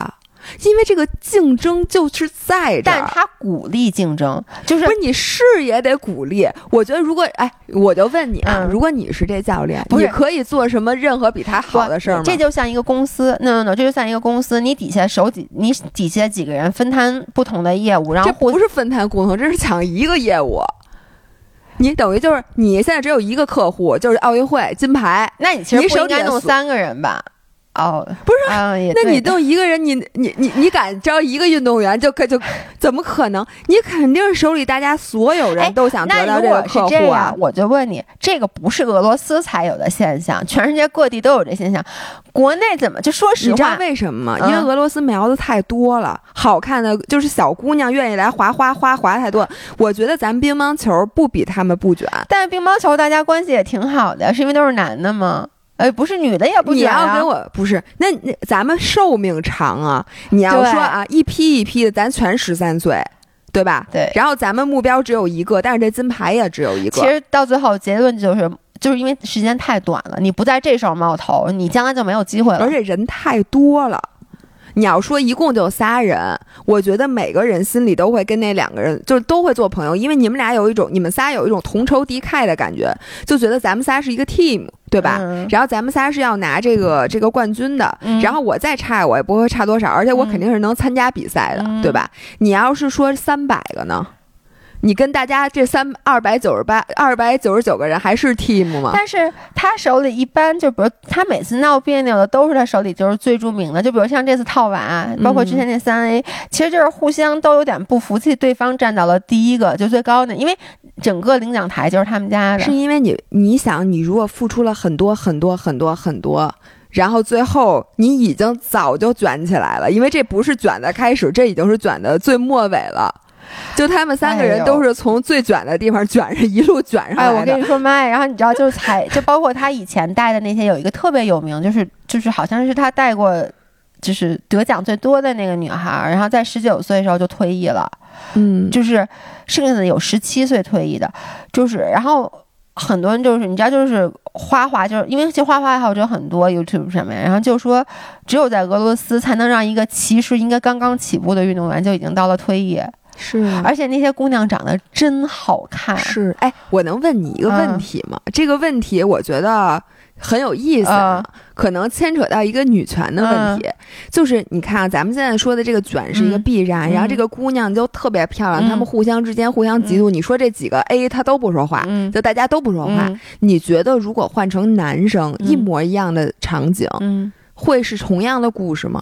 因为这个竞争就是在这， 但他鼓励竞争，就是不是你是也得鼓励。我觉得如果哎，我就问你啊，嗯、如果你是这教练，你可以做什么任何比他好的事儿吗？ 这就像一个公司 ，no no no， 这就像一个公司，你底下手几，你底下几个人分摊不同的业务，然后这不是分摊不同，这是抢一个业务。你等于就是你现在只有一个客户，就是奥运会金牌， 那你其实不应该弄三个人吧？哦， 不是， 啊、 那你弄一个人，你你你你敢招一个运动员就可就怎么可能？你肯定是手里大家所有人都想得到这个客户啊！ 我就问你，这个不是俄罗斯才有的现象，全世界各地都有这现象。国内怎么就说实话？ 你知道为什么吗？因为俄罗斯苗子太多了，嗯、好看的就是小姑娘愿意来滑滑滑滑太多。我觉得咱们乒乓球不比他们不卷， 但是乒乓球大家关系也挺好的，是因为都是男的吗？哎，不是女的也不卷、啊、 你要跟我不是，那那咱们寿命长啊！你要说啊，一批一批的，咱全十三岁，对吧？ 对。 然后咱们目标只有一个，但是这金牌也只有一个。 其实到最后结论就是，就是因为时间太短了，你不在这时候冒头，你将来就没有机会了。 而且人太多了。你要说一共就仨人，我觉得每个人心里都会跟那两个人就是都会做朋友，因为你们俩有一种你们仨有一种同仇敌忾的感觉，就觉得咱们仨是一个 team， 对吧？ 嗯、 然后咱们仨是要拿这个这个冠军的， 嗯、 然后我再差我也不会差多少，而且我肯定是能参加比赛的， 嗯、 对吧？你要是说三百个呢？你跟大家这三二百九十八、二百九十九个人还是 team 吗？ 但是他手里一般就比如他每次闹别扭的都是他手里就是最著名的，就比如像这次套娃，包括之前那三 A，、嗯、其实就是互相都有点不服气，对方站到了第一个就最高的，因为整个领奖台就是他们家的。 是因为你你想，你如果付出了很多很多很多很多。然后最后你已经早就卷起来了，因为这不是卷的开始，这已经是卷的最末尾了。就他们三个人都是从最卷的地方卷着一路卷上来的。 哎，我跟你说妈呀！然后你知道，就是才就包括他以前带的那些，有一个特别有名，就是就是好像是他带过，就是得奖最多的那个女孩，然后在十九岁的时候就退役了。 嗯， 就是剩下的有十七岁退役的，就是然后很多人就是你知道，就是花滑，就是因为其实花滑爱好者很多 YouTube 上面，然后就说只有在俄罗斯才能让一个其实应该刚刚起步的运动员就已经到了退役。 是， 而且那些姑娘长得真好看。 是，哎，我能问你一个问题吗？嗯、这个问题我觉得很有意思、啊嗯、可能牵扯到一个女权的问题、嗯、就是你看、啊、咱们现在说的这个卷是一个必然、嗯、然后这个姑娘就特别漂亮、嗯、她们互相之间互相嫉妒、嗯、你说这几个 A 她都不说话、嗯、就大家都不说话、嗯、你觉得如果换成男生、嗯、一模一样的场景、嗯、会是同样的故事吗？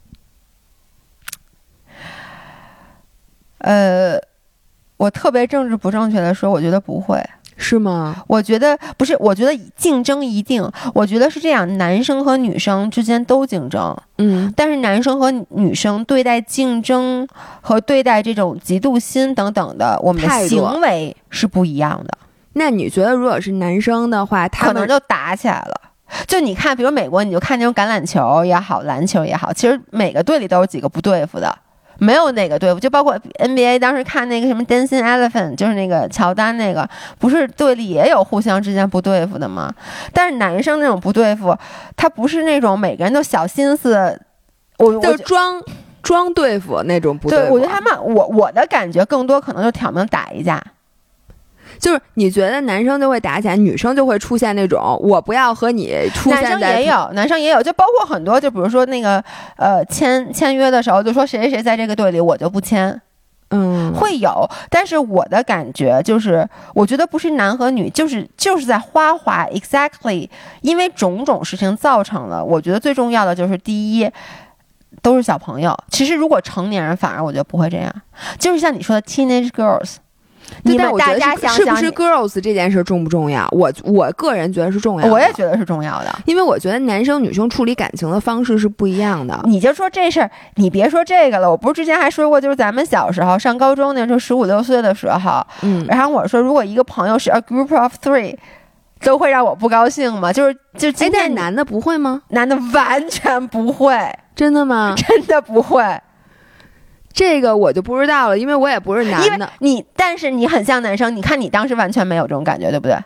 呃，我特别政治不正确的说，我觉得不会。 是吗？ 我觉得不是，我觉得竞争一定，我觉得是这样，男生和女生之间都竞争， 嗯， 但是男生和女生对待竞争和对待这种嫉妒心等等的，我们的行为是不一样的。 那你觉得，如果是男生的话，他们可能就打起来了。就你看，比如美国，你就看那种橄榄球也好，篮球也好，其实每个队里都有几个不对付的。没有哪个对付，就包括 N B A 当时看那个什么 Dancing Elephant， 就是那个乔丹那个，不是队里也有互相之间不对付的吗？但是男生那种不对付，他不是那种每个人都小心思，我就装装对付那种不对付。 对，我觉得他们，我我的感觉更多可能就挑明打一架。 就是你觉得男生就会打起来，女生就会出现那种我不要和你出现在。 男生也有，男生也有，就包括很多，就比如说那个呃签签约的时候，就说谁谁谁在这个队里，我就不签。 嗯， 会有，但是我的感觉就是，我觉得不是男和女，就是就是在花滑 exactly， 因为种种事情造成了。我觉得最重要的就是第一，都是小朋友。其实如果成年人，反而我觉得不会这样，就是像你说的 teenage girls。你们大家想想， 是不是 girls 这件事重不重要？我我个人觉得是重要的， 我也觉得是重要的， 因为我觉得男生女生处理感情的方式是不一样的。 你就说这事儿，你别说这个了。我不是之前还说过，就是咱们小时候上高中那时候，十五六岁的时候， 嗯， 然后我说，如果一个朋友是 a group of three， 都会让我不高兴吗？就是就今天男的不会吗？ 男的完全不会， 真的吗？ 真的不会。 这个我就不知道了，因为我也不是男的。 因为你，但是你很像男生，你看你当时完全没有这种感觉，对不对？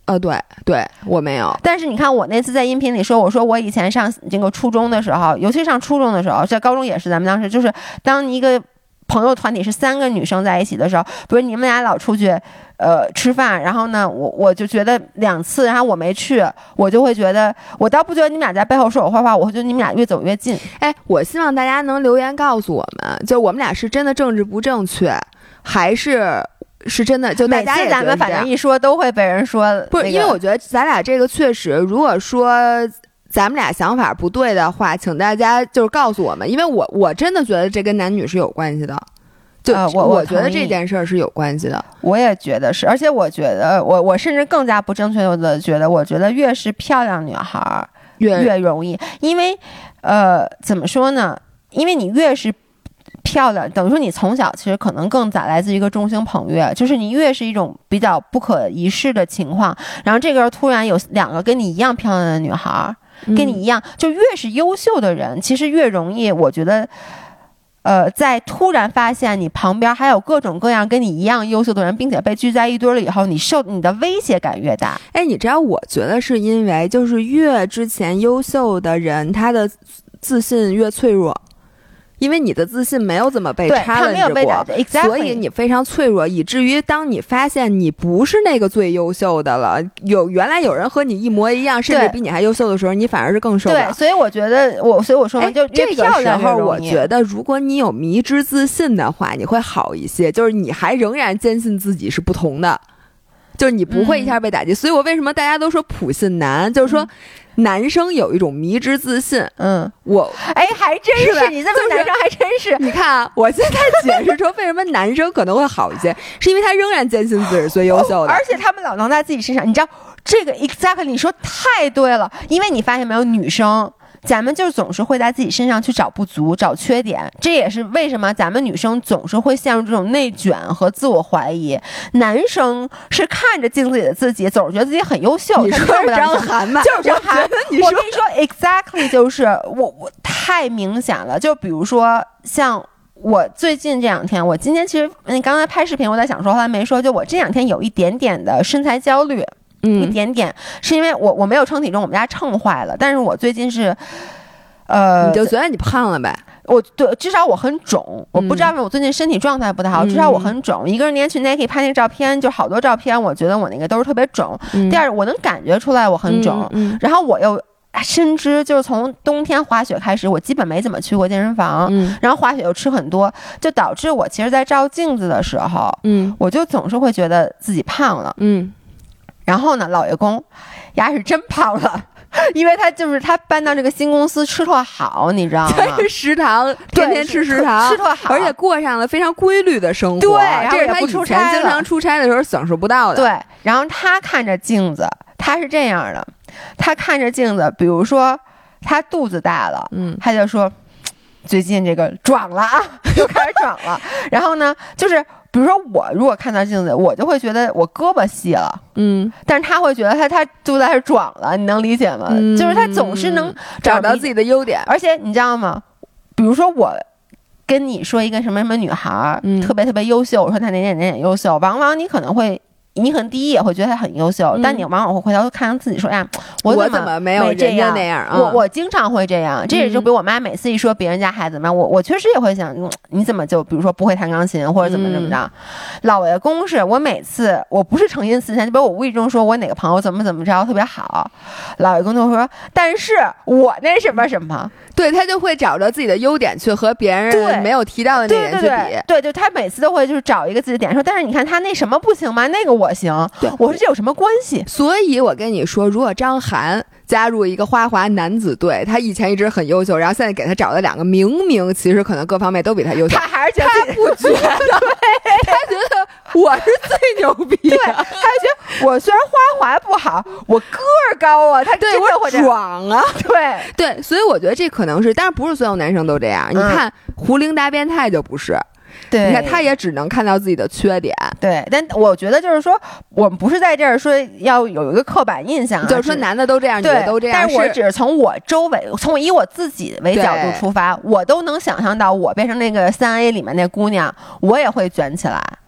呃，对对，我没有。 但是你看，我那次在音频里说，我说我以前上这个初中的时候，尤其上初中的时候，在高中也是，咱们当时就是当一个朋友团体是三个女生在一起的时候，比如你们俩老出去呃吃饭，然后呢，我我就觉得两次，然后我没去，我就会觉得，我倒不觉得你们俩在背后说我坏话，我会觉得你们俩越走越近。 哎，我希望大家能留言告诉我们，就我们俩是真的政治不正确，还是是真的？就大家也每次咱们反正一说都会被人说、那个， 不是，因为我觉得咱俩这个确实，如果说咱们俩想法不对的话，请大家就是告诉我们，因为我我真的觉得这跟男女是有关系的。就、呃、我我觉得这件事儿是有关系的， 我也觉得是，而且我觉得我我甚至更加不正确的觉得，我觉得越是漂亮女孩越越容易，因为呃怎么说呢？因为你越是漂亮，等于说你从小其实可能更早来自一个众星捧月，就是你越是一种比较不可一世的情况，然后这个突然有两个跟你一样漂亮的女孩，跟你一样，就越是优秀的人，其实越容易，我觉得。呃，在突然发现你旁边还有各种各样跟你一样优秀的人，并且被聚在一堆了以后，你受你的威胁感越大。 哎，你知道，我觉得是因为就是越之前优秀的人，他的自信越脆弱。因为你的自信没有怎么被 challenge 过， exactly. 所以你非常脆弱，以至于当你发现你不是那个最优秀的了，有原来有人和你一模一样，甚至比你还优秀的时候，你反而是更受不了。 对，所以我觉得我，所以我说嘛，就这个时候，我觉得如果你有迷之自信的话，你会好一些，就是你还仍然坚信自己是不同的。就是你不会一下被打击、嗯、所以我为什么大家都说普信男，就是说男生有一种迷之自信。 嗯， 我哎还真是，是你这么男生还真是、 就是、你看啊，我现在解释说为什么男生可能会好一些，是因为他仍然坚信自己是最优秀的、 哦、而且他们老能在自己身上，你知道这个 exactly 你说太对了，因为你发现没有，女生咱们就总是会在自己身上去找不足找缺点，这也是为什么咱们女生总是会陷入这种内卷和自我怀疑。男生是看着镜子里的自己总是觉得自己很优秀。 你说是张涵吗？ 就是张涵。 我跟你说 exactly 就是我我太明显了，就比如说像我最近这两天，我今天其实你刚才拍视频我在想说后来没说，就我这两天有一点点的身材焦虑。 嗯， 一点点，是因为我我没有称体重，我们家秤坏了，但是我最近是，呃， 你就觉得你胖了呗？ 我对，至少我很肿，我不知道为我最近身体状态不太好， 嗯、 至少我很肿。一个人连去 Nike 拍那个照片，就好多照片，我觉得我那个都是特别肿。 嗯、 第二，我能感觉出来我很肿， 嗯嗯、 然后我又深知，就是从冬天滑雪开始，我基本没怎么去过健身房， 嗯、 然后滑雪又吃很多，就导致我其实，在照镜子的时候， 嗯， 我就总是会觉得自己胖了， 嗯。 然后呢，老爷公牙是真胖了，因为他就是他搬到这个新公司吃特好，你知道吗？ 这食堂天天吃食堂， 吃特好， 而且过上了非常规律的生活。 对， 这是他以前经常出差的时候享受不到的。 对，然后他看着镜子，他是这样的，他看着镜子，比如说他肚子大了， 嗯， 他就说最近这个壮了啊，又开始壮了。然后呢，就是比如说我如果看到镜子，我就会觉得我胳膊细了， 嗯， 但是他会觉得他他肚子还是壮了，你能理解吗？ 嗯、 就是他总是能找到自己的优点， 而且你知道吗？比如说我跟你说一个什么什么女孩， 嗯、 特别特别优秀，我说她哪点哪点优秀，往往你可能会。你可能第一也会觉得他很优秀， 嗯、 但你往往会回头看自己说，哎呀， 我怎么怎么没有这样那样、 嗯？我我经常会这样，这也就比我妈每次一说别人家孩子嘛，我我确实也会想，你怎么就比如说不会弹钢琴或者怎么怎么着？嗯、老爷公是我每次我不是诚心私善，就比如我无意中说我哪个朋友怎么怎么着特别好，老爷公就会说，但是我那什么什么。 对，他就会找着自己的优点去和别人没有提到的那点去比。 对对对，对，就他每次都会就是找一个自己的点说，但是你看他那什么不行吗？那个我行。我说这有什么关系？ 所以我跟你说，如果张涵加入一个花滑男子队，他以前一直很优秀，然后现在给他找了两个明明其实可能各方面都比他优秀， 他还是觉得他不觉得，他觉得我是最牛逼的， 对，他觉得我虽然花滑不好，我个儿高啊，他对我壮啊， 对对，所以我觉得这可能是，但是不是所有男生都这样。嗯、你看胡灵大变态就不是。 对， 你看他也只能看到自己的缺点。 对，但我觉得就是说，我们不是在这儿说要有一个刻板印象、啊， 就是说男的都这样，女的都这样。 但是我只是从我周围，从我以我自己为角度出发，我都能想象到我变成那个三 A 里面那姑娘，我也会卷起来。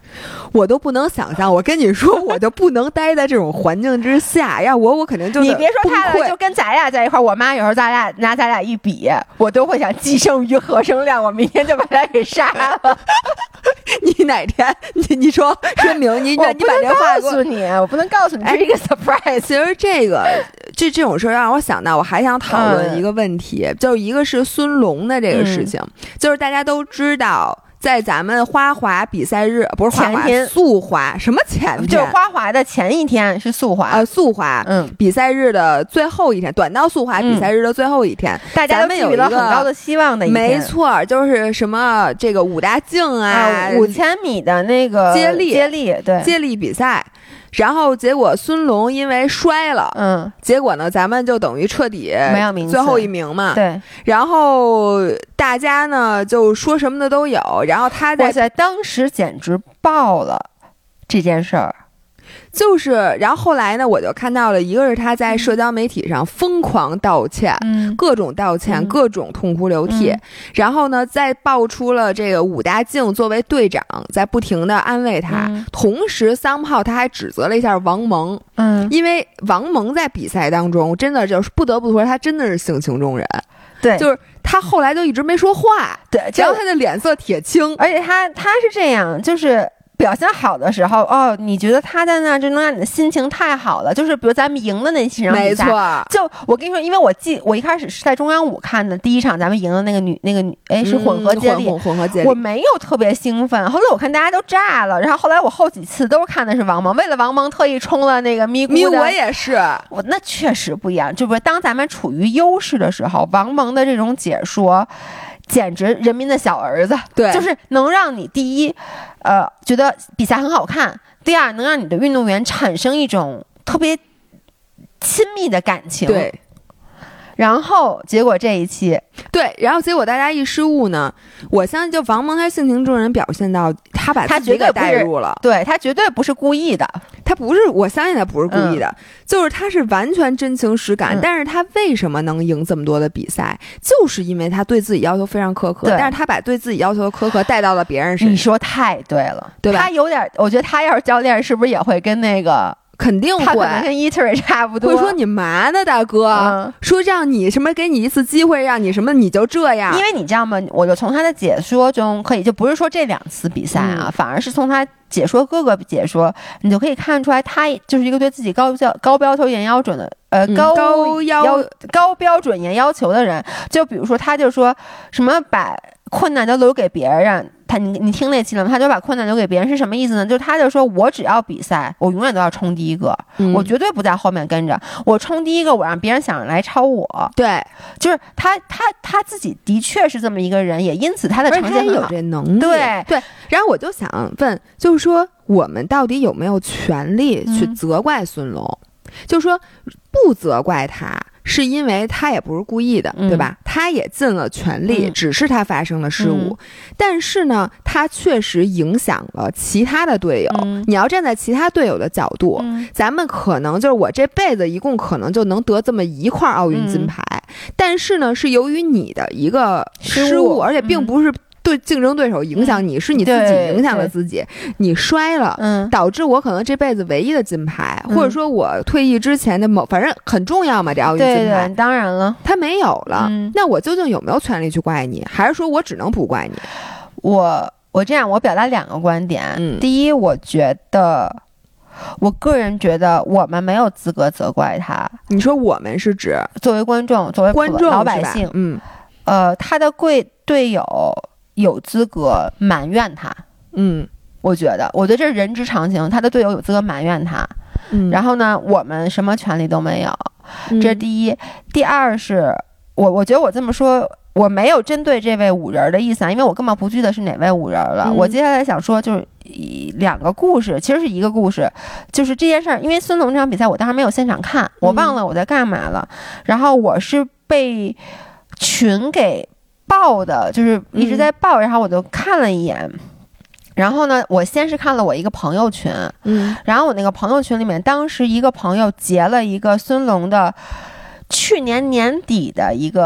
我都不能想象，我跟你说，我就不能待在这种环境之下。要我，我肯定就你别说他了，就跟咱俩在一块儿，我妈有时候咱俩拿咱俩一比，我都会想既生瑜何生亮，我明天就把他给杀了。 你哪天你你说说明你你把这话告诉你，我不能告诉你，这是一个 surprise。 其实这个这这种事让我想到，我还想讨论一个问题，嗯、就是一个是孙龙的这个事情，嗯、就是大家都知道。在咱们花滑比赛日，不是花滑，速滑什么前天？ 就是花滑的前一天是速滑， 呃，速滑，嗯，比赛日的最后一天，短道速滑比赛日的最后一天，嗯、 大家都寄予了很高的希望的一天。 没错，就是什么这个武大靖啊， 五、呃、千米的那个接力， 接力，对， 接力比赛。然后结果孙龙因为摔了， 嗯， 结果呢，咱们就等于彻底没有名次， 最后一名嘛， 对。 然后大家呢就说什么的都有，然后他在在当时简直爆了这件事儿。 就是，然后后来呢，我就看到了，一个是他在社交媒体上疯狂道歉， 嗯， 各种道歉， 嗯、 各种痛哭流涕， 嗯、 然后呢，再爆出了这个武大靖作为队长在不停的安慰他， 嗯、 同时桑炮他还指责了一下王蒙， 嗯， 因为王蒙在比赛当中真的就是不得不说他真的是性情中人， 对， 就是他后来就一直没说话， 对， 然后他的脸色铁青， 而且他他是这样，就是。表现好的时候，哦，你觉得他在那就能让你的心情太好了。就是比如咱们赢的那几场比赛， 没错。 就我跟你说，因为我记我一开始是在中央五看的第一场，咱们赢的那个女那个女，哎，是混合接力， 嗯、混, 混合接力， 我没有特别兴奋。后来我看大家都炸了，然后后来我后几次都看的是王蒙，为了王蒙特意冲了那个咪咕的。 咪我也是， 我那确实不一样。就是当咱们处于优势的时候，王蒙的这种解说。简直人民的小儿子， 对， 就是能让你第一，呃，觉得比赛很好看；第二，能让你的运动员产生一种特别亲密的感情。 对。 然后结果这一期， 对，然后结果大家一失误呢，我相信就王蒙他性情中人表现到他把自己给带入了， 对他绝对不是故意的， 他不是，我相信他不是故意的，嗯、就是他是完全真情实感、嗯。但是他为什么能赢这么多的比赛，就是因为他对自己要求非常苛刻，但是他把对自己要求的苛刻带到了别人身上。 你说太对了， 对吧？ 他有点，我觉得他要是教练，是不是也会跟那个？ 肯定会， 他可能跟 Eater 差不多， 会说你嘛呢，大哥、嗯？说让你什么，给你一次机会，让你什么，你就这样。 因为你知道吗？我就从他的解说中可以，就不是说这两次比赛啊，嗯、反而是从他解说各个解说，你就可以看出来，他就是一个对自己高标高标求严要准的，呃，高、 嗯、高要高标准严要求的人。就比如说，他就说什么把困难都留给别人。他你你听那期了吗？他就把困难留给别人是什么意思呢？就是他就说我只要比赛，我永远都要冲第一个、嗯，我绝对不在后面跟着。我冲第一个，我让别人想来超我。 对， 就是他他他自己的确是这么一个人，也因此他的成绩很好， 有这能力。 对对。然后我就想问，就是说我们到底有没有权利去责怪孙龙？嗯、就是说不责怪他。是因为他也不是故意的， 嗯、 对吧？他也尽了全力、嗯，只是他发生了失误、嗯。但是呢，他确实影响了其他的队友。 嗯、 你要站在其他队友的角度、 嗯， 咱们可能就是我这辈子一共可能就能得这么一块奥运金牌、嗯，但是呢，是由于你的一个失误，而且并不是。对竞争对手影响你、嗯、是你自己影响了自己，你摔了、 嗯， 导致我可能这辈子唯一的金牌、嗯，或者说我退役之前的某，反正很重要嘛，这奥运金牌。 对对，当然了， 他没有了、 嗯， 那我究竟有没有权利去怪你，还是说我只能不怪你？ 我我这样，我表达两个观点。 嗯， 第一，我觉得，我个人觉得我们没有资格责怪他。 你说我们是指作为观众，作为观众老百姓， 嗯， 呃，他的贵队友。有资格埋怨他， 嗯， 我觉得，我觉得这是人之常情。他的队友有资格埋怨他， 嗯， 然后呢，我们什么权利都没有， 嗯、 这是第一。第二是我，我觉得我这么说，我没有针对这位五人的意思啊，因为我根本不记得是哪位五人了。 嗯、 我接下来想说，就是两个故事，其实是一个故事，就是这件事儿。因为孙龙这场比赛，我当时没有现场看，我忘了我在干嘛了，嗯、然后我是被群给。报的就是一直在报、嗯，然后我就看了一眼，然后呢，我先是看了我一个朋友群， 嗯， 然后我那个朋友群里面，当时一个朋友截了一个孙龙的去年年底的一个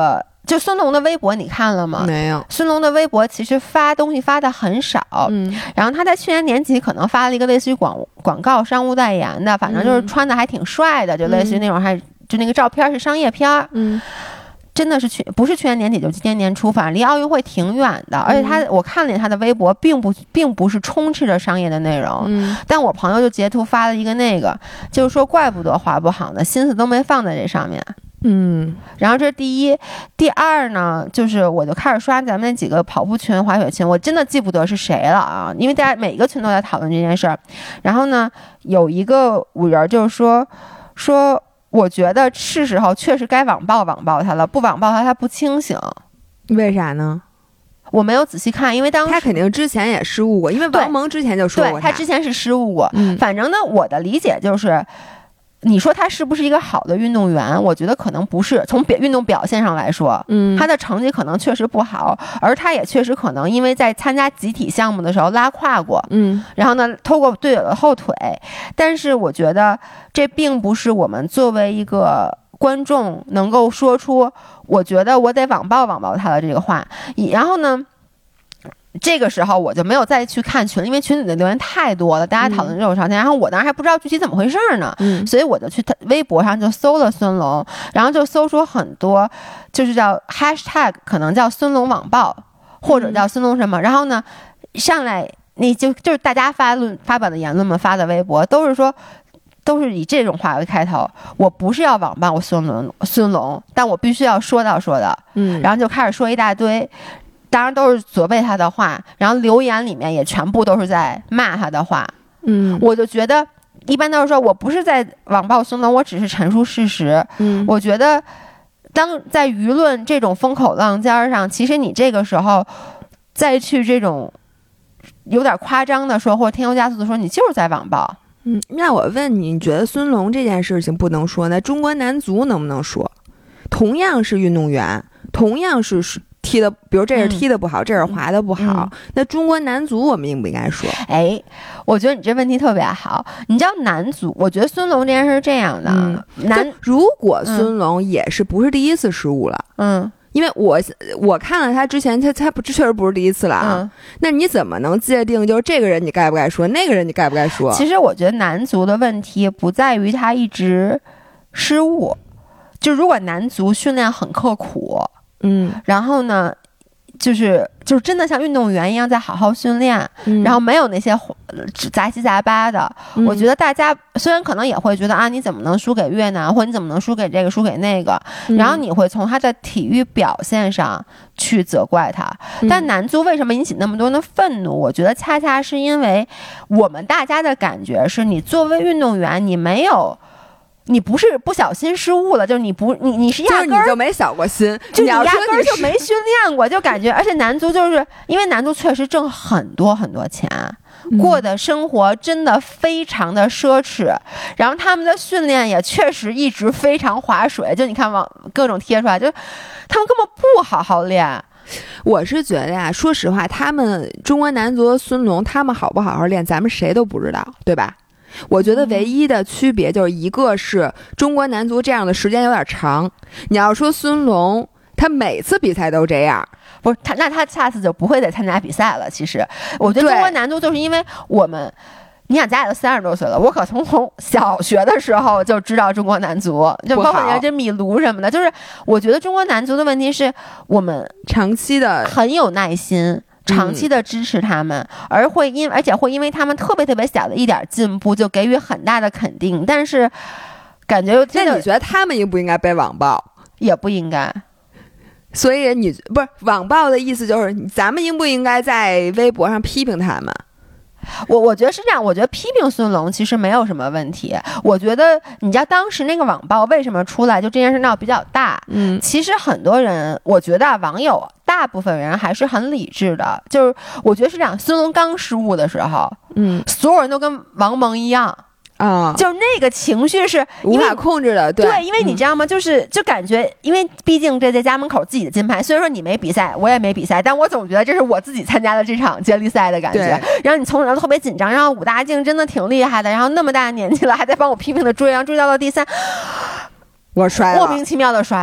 就孙龙的微博你看了吗？ 没有。 孙龙的微博其实发东西发的很少， 嗯， 然后他在去年年底可能发了一个类似于广广告商务代言的，反正就是穿的还挺帅的，嗯、就类似于那种还就那个照片是商业片， 嗯。 真的是去不是去年年底就今年年初，反正离奥运会挺远的，而且他、嗯、我看了他的微博，并不并不是充斥着商业的内容， 嗯， 但我朋友就截图发了一个那个，就是说怪不得滑不好呢，心思都没放在这上面， 嗯， 然后这是第一，第二呢，就是我就开始刷咱们那几个跑步群、滑雪群，我真的记不得是谁了啊，因为大家每一个群都在讨论这件事儿，然后呢，有一个五人就是说说。我觉得是时候确实该网暴网暴他了，不网暴他他不清醒。 为啥呢？ 我没有仔细看，因为当时他肯定之前也失误过，因为王蒙之前就说过他，对他之前是失误过。 嗯， 反正呢，我的理解就是。你说他是不是一个好的运动员？我觉得可能不是。从表运动表现上来说， 嗯， 他的成绩可能确实不好，而他也确实可能因为在参加集体项目的时候拉胯过， 嗯， 然后呢拖过队友的后腿。但是我觉得这并不是我们作为一个观众能够说出，我觉得我得网暴网暴他的这个话。然后呢？这个时候我就没有再去看群，因为群里的留言太多了，大家讨论这种长天、嗯、然后我当时还不知道具体怎么回事呢、 嗯、 所以我就去微博上就搜了孙龙，然后就搜出很多就是叫 hashtag 可能叫孙龙网暴或者叫孙龙什么、嗯、然后呢上来你就就是大家发论发表的言论们发的微博都是说都是以这种话为开头，我不是要网暴我孙龙孙龙，但我必须要说到说的， 嗯， 然后就开始说一大堆，当然都是责备他的话，然后留言里面也全部都是在骂他的话， 嗯， 我就觉得一般都是说我不是在网暴孙龙，我只是陈述事实， 嗯， 我觉得当在舆论这种风口浪尖上，其实你这个时候再去这种有点夸张的说或者添油加醋的说，你就是在网暴。 嗯，那我问你，你觉得孙龙这件事情不能说，那中国男足能不能说？同样是运动员，同样是踢的，比如这是踢的不好、嗯、这是滑的不好、嗯、那中国男足我们应不应该说？ 哎，我觉得你这问题特别好。你知道男足，我觉得孙龙这件事是这样的， 嗯、男如果孙龙也是不是第一次失误了， 嗯， 因为我我看了他之前，他他不确实不是第一次了啊、嗯。那你怎么能界定就是这个人你该不该说，那个人你该不该说？ 其实我觉得男足的问题不在于他一直失误，就如果男足训练很刻苦， 嗯， 然后呢，就是就是真的像运动员一样在好好训练、嗯，然后没有那些杂七杂八的、嗯。我觉得大家虽然可能也会觉得啊，你怎么能输给越南，或者你怎么能输给这个输给那个、嗯，然后你会从他的体育表现上去责怪他。嗯、但男足为什么引起那么多的愤怒？我觉得恰恰是因为我们大家的感觉是你作为运动员，你没有。你不是不小心失误了，就是你不你你是压根儿、 就是、你就没小过心， 就你压根儿就没训练过，就感觉，而且男足就是因为男足确实挣很多很多钱、嗯，过的生活真的非常的奢侈，然后他们的训练也确实一直非常划水，就你看网各种贴出来，就他们根本不好好练。 我是觉得呀，说实话，他们中国男足孙龙他们好不好好练，咱们谁都不知道，对吧？我觉得唯一的区别就是一个是中国男足这样的时间有点长，你要说孙龙他每次比赛都这样， 不是他，那他下次就不会再参加比赛了。其实我觉得中国男足就是因为我们，你想咱俩都三十多岁了，我可从从小学的时候就知道中国男足，就包括人家这米卢什么的，就是我觉得中国男足的问题是我们长期的很有耐心。长期的支持他们、嗯、而会因而且会因为他们特别特别小的一点进步就给予很大的肯定，但是感觉真的， 那你觉得他们应不应该被网暴？ 也不应该。 所以你不是网暴的意思就是咱们应不应该在微博上批评他们？ 我我觉得是这样，我觉得批评孙龙其实没有什么问题。我觉得你知道当时那个网暴为什么出来，就这件事闹比较大。 嗯， 其实很多人，我觉得网友大部分人还是很理智的。就是我觉得是这样，孙龙刚失误的时候， 嗯， 所有人都跟王蒙一样。 啊、嗯， 就是那个情绪是无法控制的， 对，对，因为你知道吗？嗯、就是就感觉，因为毕竟这在家门口自己的金牌，虽然说你没比赛，我也没比赛，但我总觉得这是我自己参加的这场接力赛的感觉。然后你从小特别紧张，然后武大靖真的挺厉害的，然后那么大的年纪了，还在帮我拼命的追，然后追到了第三， 我摔了， 莫名其妙的摔了。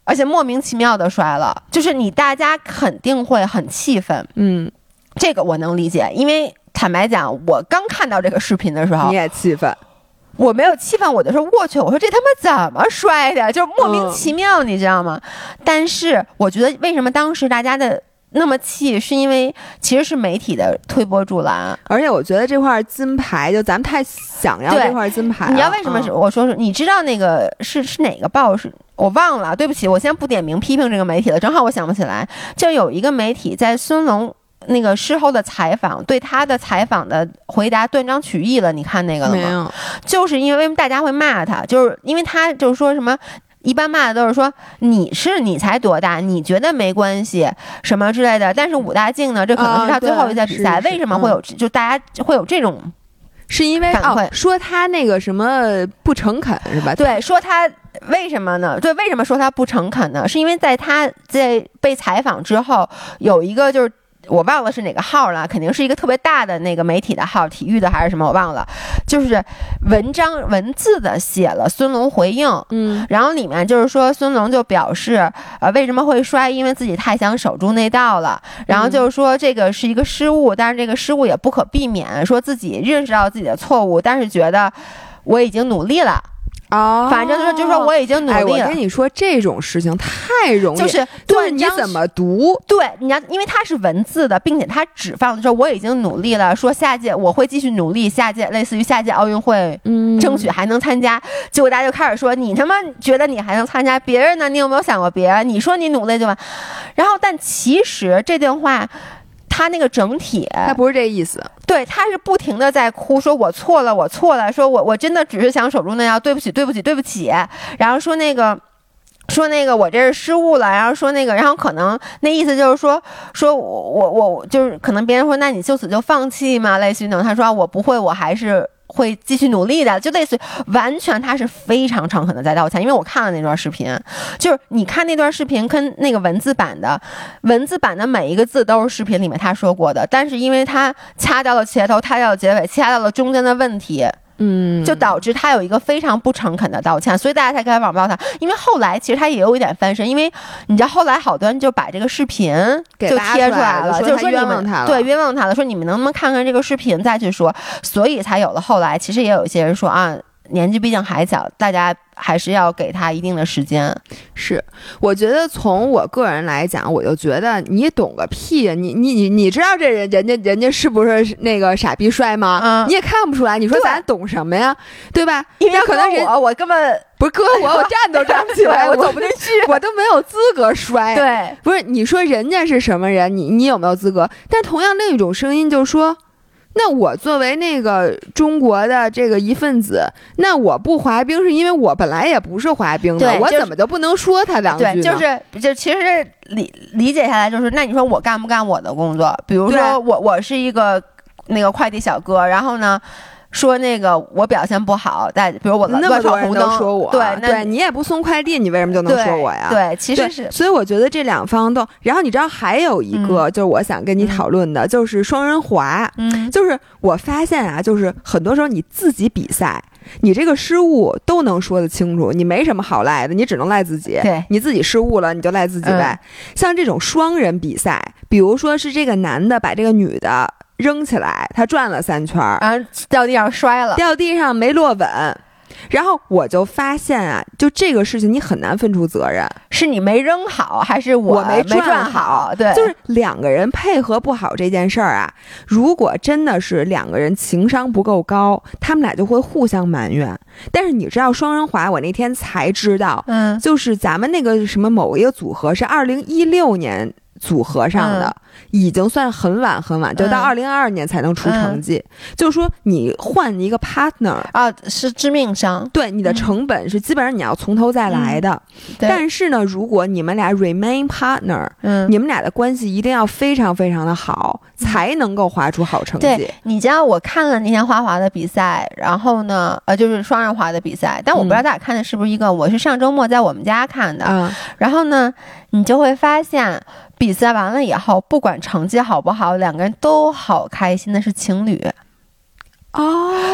而且莫名其妙的摔了，就是你大家肯定会很气愤。 嗯， 这个我能理解，因为坦白讲，我刚看到这个视频的时候， 你也气愤。 我没有气愤，我就说我去，我说这他妈怎么摔的，就是莫名其妙，嗯、你知道吗？但是我觉得为什么当时大家的那么气，是因为其实是媒体的推波助澜， 而且我觉得这块金牌，就咱们太想要这块金牌了。 你知道为什么是？嗯、我说说，你知道那个是是哪个报是？我忘了，对不起，我先不点名批评这个媒体了，正好我想不起来。就有一个媒体在孙龙那个事后的采访，对他的采访的回答断章取义了，你看那个了吗？ 没有， 就是因为为什么大家会骂他，就是因为他就是说什么。一般骂的都是说你是你才多大，你觉得没关系什么之类的，但是武大靖呢，这可能是他最后一次比赛，为什么会有、嗯、就大家会有这种是因为哦说他那个什么不诚恳是吧？ 对，说他为什么呢？对，为什么说他不诚恳呢？是因为在他在被采访之后，有一个就是。我忘了是哪个号了，肯定是一个特别大的那个媒体的号，体育的还是什么，我忘了。就是文章文字的写了孙龙回应， 嗯， 然后里面就是说孙龙就表示，呃，为什么会摔？因为自己太想守住那道了。然后就是说这个是一个失误，但是这个失误也不可避免，说自己认识到自己的错误，但是觉得我已经努力了。 哦， 反正就是就说我已经努力了。哎， 我跟你说这种事情太容易， 就是对你怎么读？ 对，你要因为它是文字的，并且它只放的时候我已经努力了，说下届我会继续努力，下届类似于下届奥运会，嗯，争取还能参加。结果大家就开始说你他妈觉得你还能参加，别人呢？你有没有想过别人？你说你努力就完。然后，但其实这段话。他那个整体， 他不是这意思。 对，他是不停的在哭，说我错了，我错了，说我我真的只是想守住那样，对不起，对不起，对不起。然后说那个，说那个我这是失误了，然后说那个，然后可能那意思就是说，说我我我就是可能别人说，那你就此就放弃吗？类似于那种，他说我不会，我还是。会继续努力的，就类似于完全他是非常诚恳的在道歉，因为我看了那段视频，就是你看那段视频跟那个文字版的，文字版的每一个字都是视频里面他说过的，但是因为他掐掉了切头，掐掉了结尾，掐掉了中间的问题。嗯，就导致他有一个非常不诚恳的道歉，所以大家才开始网暴他。因为后来其实他也有一点翻身，因为你知道后来好多人就把这个视频就贴出来了，就说你们对冤枉他了，说你们能不能看看这个视频再去说，所以才有了后来。其实也有一些人说啊，年纪毕竟还小，大家还是要给他一定的时间。 是，我觉得从我个人来讲，我就觉得你懂个屁呀！你你你你知道这人人家人家是不是那个傻逼帅吗？嗯，你也看不出来。你说咱懂什么呀？对吧？ 因为可能人我我根本不是搁我，我站都站不起来， 我走不进去， 我都没有资格摔。 对， 不是你说人家是什么人，你你有没有资格？但同样另一种声音就说。那我作为那个中国的这个一份子，那我不滑冰是因为我本来也不是滑冰的，我怎么就不能说他两句呢？ 对，就是就其实理理解下来就是，那你说我干不干我的工作？比如说我我是一个那个快递小哥，然后呢。说那个我表现不好，但比如我那么多人都说我， 对，那对你也不送快递，你为什么就能说我呀？ 对，对其实是， 所以我觉得这两方都。然后你知道还有一个，嗯、就是我想跟你讨论的，嗯、就是双人滑。嗯，就是我发现啊，就是很多时候你自己比赛，你这个失误都能说得清楚，你没什么好赖的，你只能赖自己。 对， 你自己失误了，你就赖自己呗。嗯、像这种双人比赛，比如说是这个男的把这个女的。扔起来，他转了三圈， 然后掉地上摔了， 掉地上没落稳。然后我就发现啊，就这个事情你很难分出责任， 是你没扔好，还是我没转好？ 对， 就是两个人配合不好这件事儿啊。如果真的是两个人情商不够高，他们俩就会互相埋怨。但是你知道双人滑，我那天才知道，嗯，就是咱们那个什么某一个组合是二零一六年。组合上的、嗯、已经算很晚很晚，就到二零二二年才能出成绩。嗯、就是说，你换一个 partner 啊，是致命伤。 对，你的成本是基本上你要从头再来的。嗯、但是呢，如果你们俩 remain partner， 嗯，你们俩的关系一定要非常非常的好，嗯、才能够滑出好成绩。 对，你知道我看了那天花滑的比赛，然后呢，呃，就是双人滑的比赛，但我不知道大家看的是不是一个。嗯、我是上周末在我们家看的，嗯、然后呢，你就会发现。比赛完了以后，不管成绩好不好，两个人都好开心的是情侣。 哦，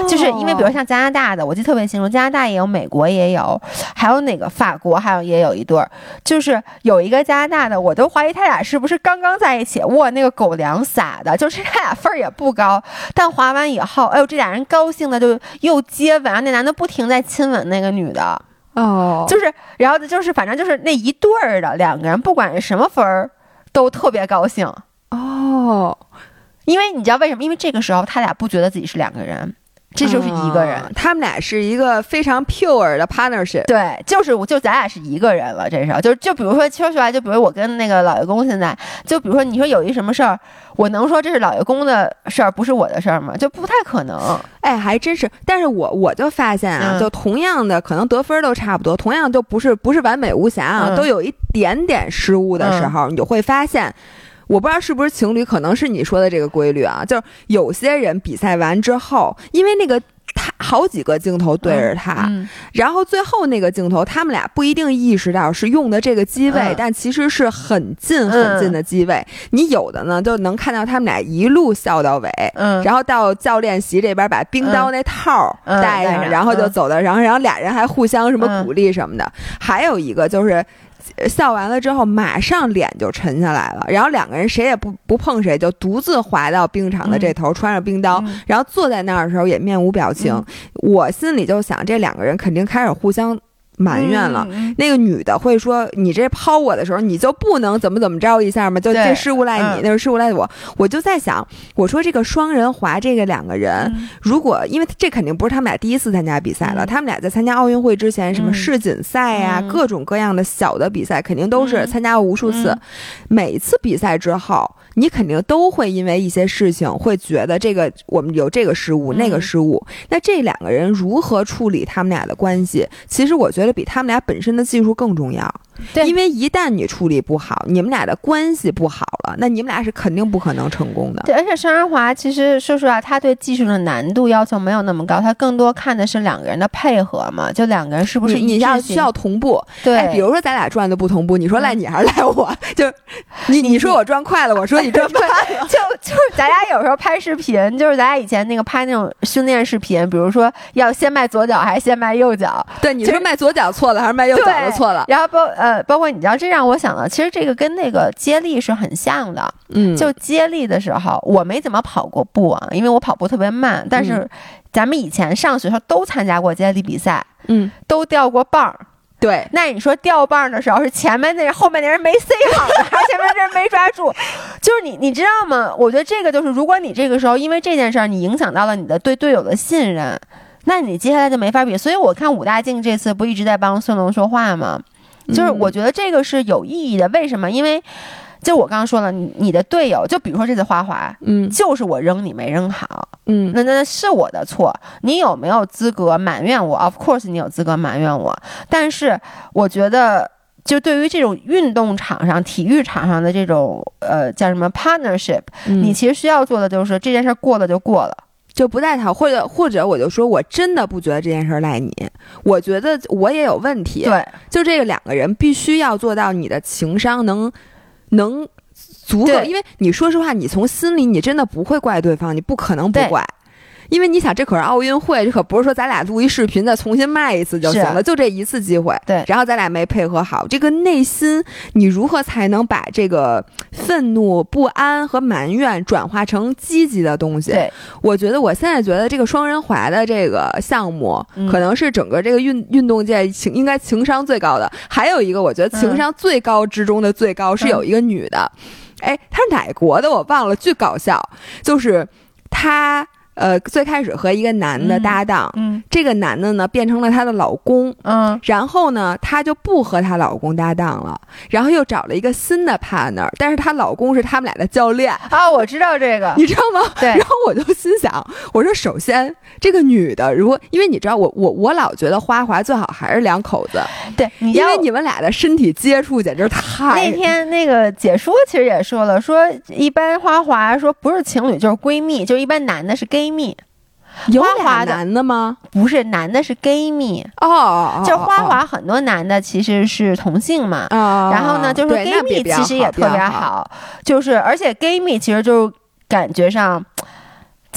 就是因为比如像加拿大的，我记得特别清楚，加拿大也有，美国也有，还有哪个法国还有也有一对儿，就是有一个加拿大的，我都怀疑他俩是不是刚刚在一起，哇，那个狗粮撒的，就是他俩分儿也不高，但滑完以后，哎呦，这俩人高兴的就又接吻，然后那男的不停在亲吻那个女的， 哦， 就是，然后就是反正就是那一对儿的两个人，不管是什么分儿，都特别高兴哦。 因为你知道为什么？因为这个时候他俩不觉得自己是两个人，这就是一个人。 嗯、他们俩是一个非常 pure 的 partnership。 对，就是就咱俩是一个人了。这时候就就比如说说实话，就比如我跟那个老爷公现在，就比如说你说有一什么事儿，我能说这是老爷公的事儿，不是我的事儿吗？就不太可能。 哎，还真是。但是我我就发现啊，嗯、就同样的可能得分都差不多，同样就不是不是完美无瑕啊，嗯、都有一点点失误的时候，嗯、你就会发现。我不知道是不是情侣，可能是你说的这个规律啊，就是有些人比赛完之后，因为那个他好几个镜头对着他、嗯嗯、然后最后那个镜头他们俩不一定意识到是用的这个机位、嗯、但其实是很近很近的机位、嗯、你有的呢就能看到他们俩一路笑到尾、嗯、然后到教练席这边把冰刀那套戴上、嗯、然后就走到然后然后俩人还互相什么鼓励什么的、嗯、还有一个就是笑完了之后马上脸就沉下来了，然后两个人谁也不不碰谁，就独自滑到冰场的这头、嗯、穿上冰刀、嗯、然后坐在那儿的时候也面无表情、嗯、我心里就想这两个人肯定开始互相埋怨了、嗯、那个女的会说你这抛我的时候你就不能怎么怎么着一下吗？就这失误赖你、嗯、那是失误赖我。我就在想我说这个双人滑这个两个人、嗯、如果因为这肯定不是他们俩第一次参加比赛了、嗯、他们俩在参加奥运会之前什么世锦赛呀、嗯、各种各样的小的比赛肯定都是参加过无数次、嗯、每次比赛之后你肯定都会因为一些事情会觉得这个我们有这个失误、嗯、那个失误，那这两个人如何处理他们俩的关系，其实我觉得比他们俩本身的技术更重要。对，因为一旦你处理不好，你们俩的关系不好了，那你们俩是肯定不可能成功的。 对，而且双人滑其实说实话，他对技术的难度要求没有那么高，他更多看的是两个人的配合嘛，就两个人是不是你你要需要同步。 对、 哎，比如说咱俩转的不同步，你说赖你还是赖我？嗯、就你你说我转快了，我说你转慢了， 就就是咱俩有时候拍视频，就是咱俩以前那个拍那种训练视频，比如说要先迈左脚还是先迈右脚？ 对，你说迈左脚错了还是迈右脚的错了？ 然后包呃。呃，包括你知道，这让我想到，其实这个跟那个接力是很像的。嗯，就接力的时候，我没怎么跑过步啊，因为我跑步特别慢。但是咱们以前上学时候都参加过接力比赛，嗯，都掉过棒。 对， 那你说掉棒的时候是前面那人后面那人没塞好呢，还是前面这人没抓住？就是你你知道吗？我觉得这个就是，如果你这个时候因为这件事儿，你影响到了你的对队友的信任，那你接下来就没法比。所以我看武大靖这次不一直在帮孙龙说话吗？就是我觉得这个是有意义的，为什么？因为就我刚刚说了，你你的队友，就比如说这次花滑，嗯，就是我扔你没扔好，嗯，那那是我的错，你有没有资格埋怨我 ？Of course， 你有资格埋怨我，但是我觉得，就对于这种运动场上、体育场上的这种呃叫什么 partnership，、嗯、你其实需要做的就是这件事过了就过了。 就不再讨，或者或者我就说我真的不觉得这件事赖你，我觉得我也有问题。 对， 就这个两个人必须要做到你的情商能能足够，因为你说实话，你从心里你真的不会怪对方，你不可能不怪。因为你想，这可是奥运会，这可不是说咱俩录一视频再重新卖一次就行了，就这一次机会。 对， 然后咱俩没配合好，这个内心你如何才能把这个愤怒、不安和埋怨转化成积极的东西？ 对， 我觉得我现在觉得这个双人滑的这个项目，嗯、可能是整个这个运运动界情应该情商最高的。还有一个，我觉得情商最高之中的最高、嗯、是有一个女的，哎，她是哪国的我忘了，巨搞笑，就是她。呃，最开始和一个男的搭档，嗯，嗯这个男的呢变成了她的老公，嗯，然后呢，她就不和她老公搭档了，然后又找了一个新的 partner， 但是她老公是他们俩的教练啊，我知道这个， 你知道吗？ 对， 然后我就心想，我说首先这个女的，如果因为你知道我我我老觉得花滑最好还是两口子， 对，你因为你们俩的身体接触简直太…… 那天那个解说其实也说了，说一般花滑说不是情侣就是闺蜜，就一般男的是 gay。蜜有俩男的吗？ 不是，男的是 gay 蜜哦， 就花滑很多男的其实是同性嘛，哦、然后呢就是 gay 蜜其实也特别好，就是而且 gay 蜜其实就是感觉上。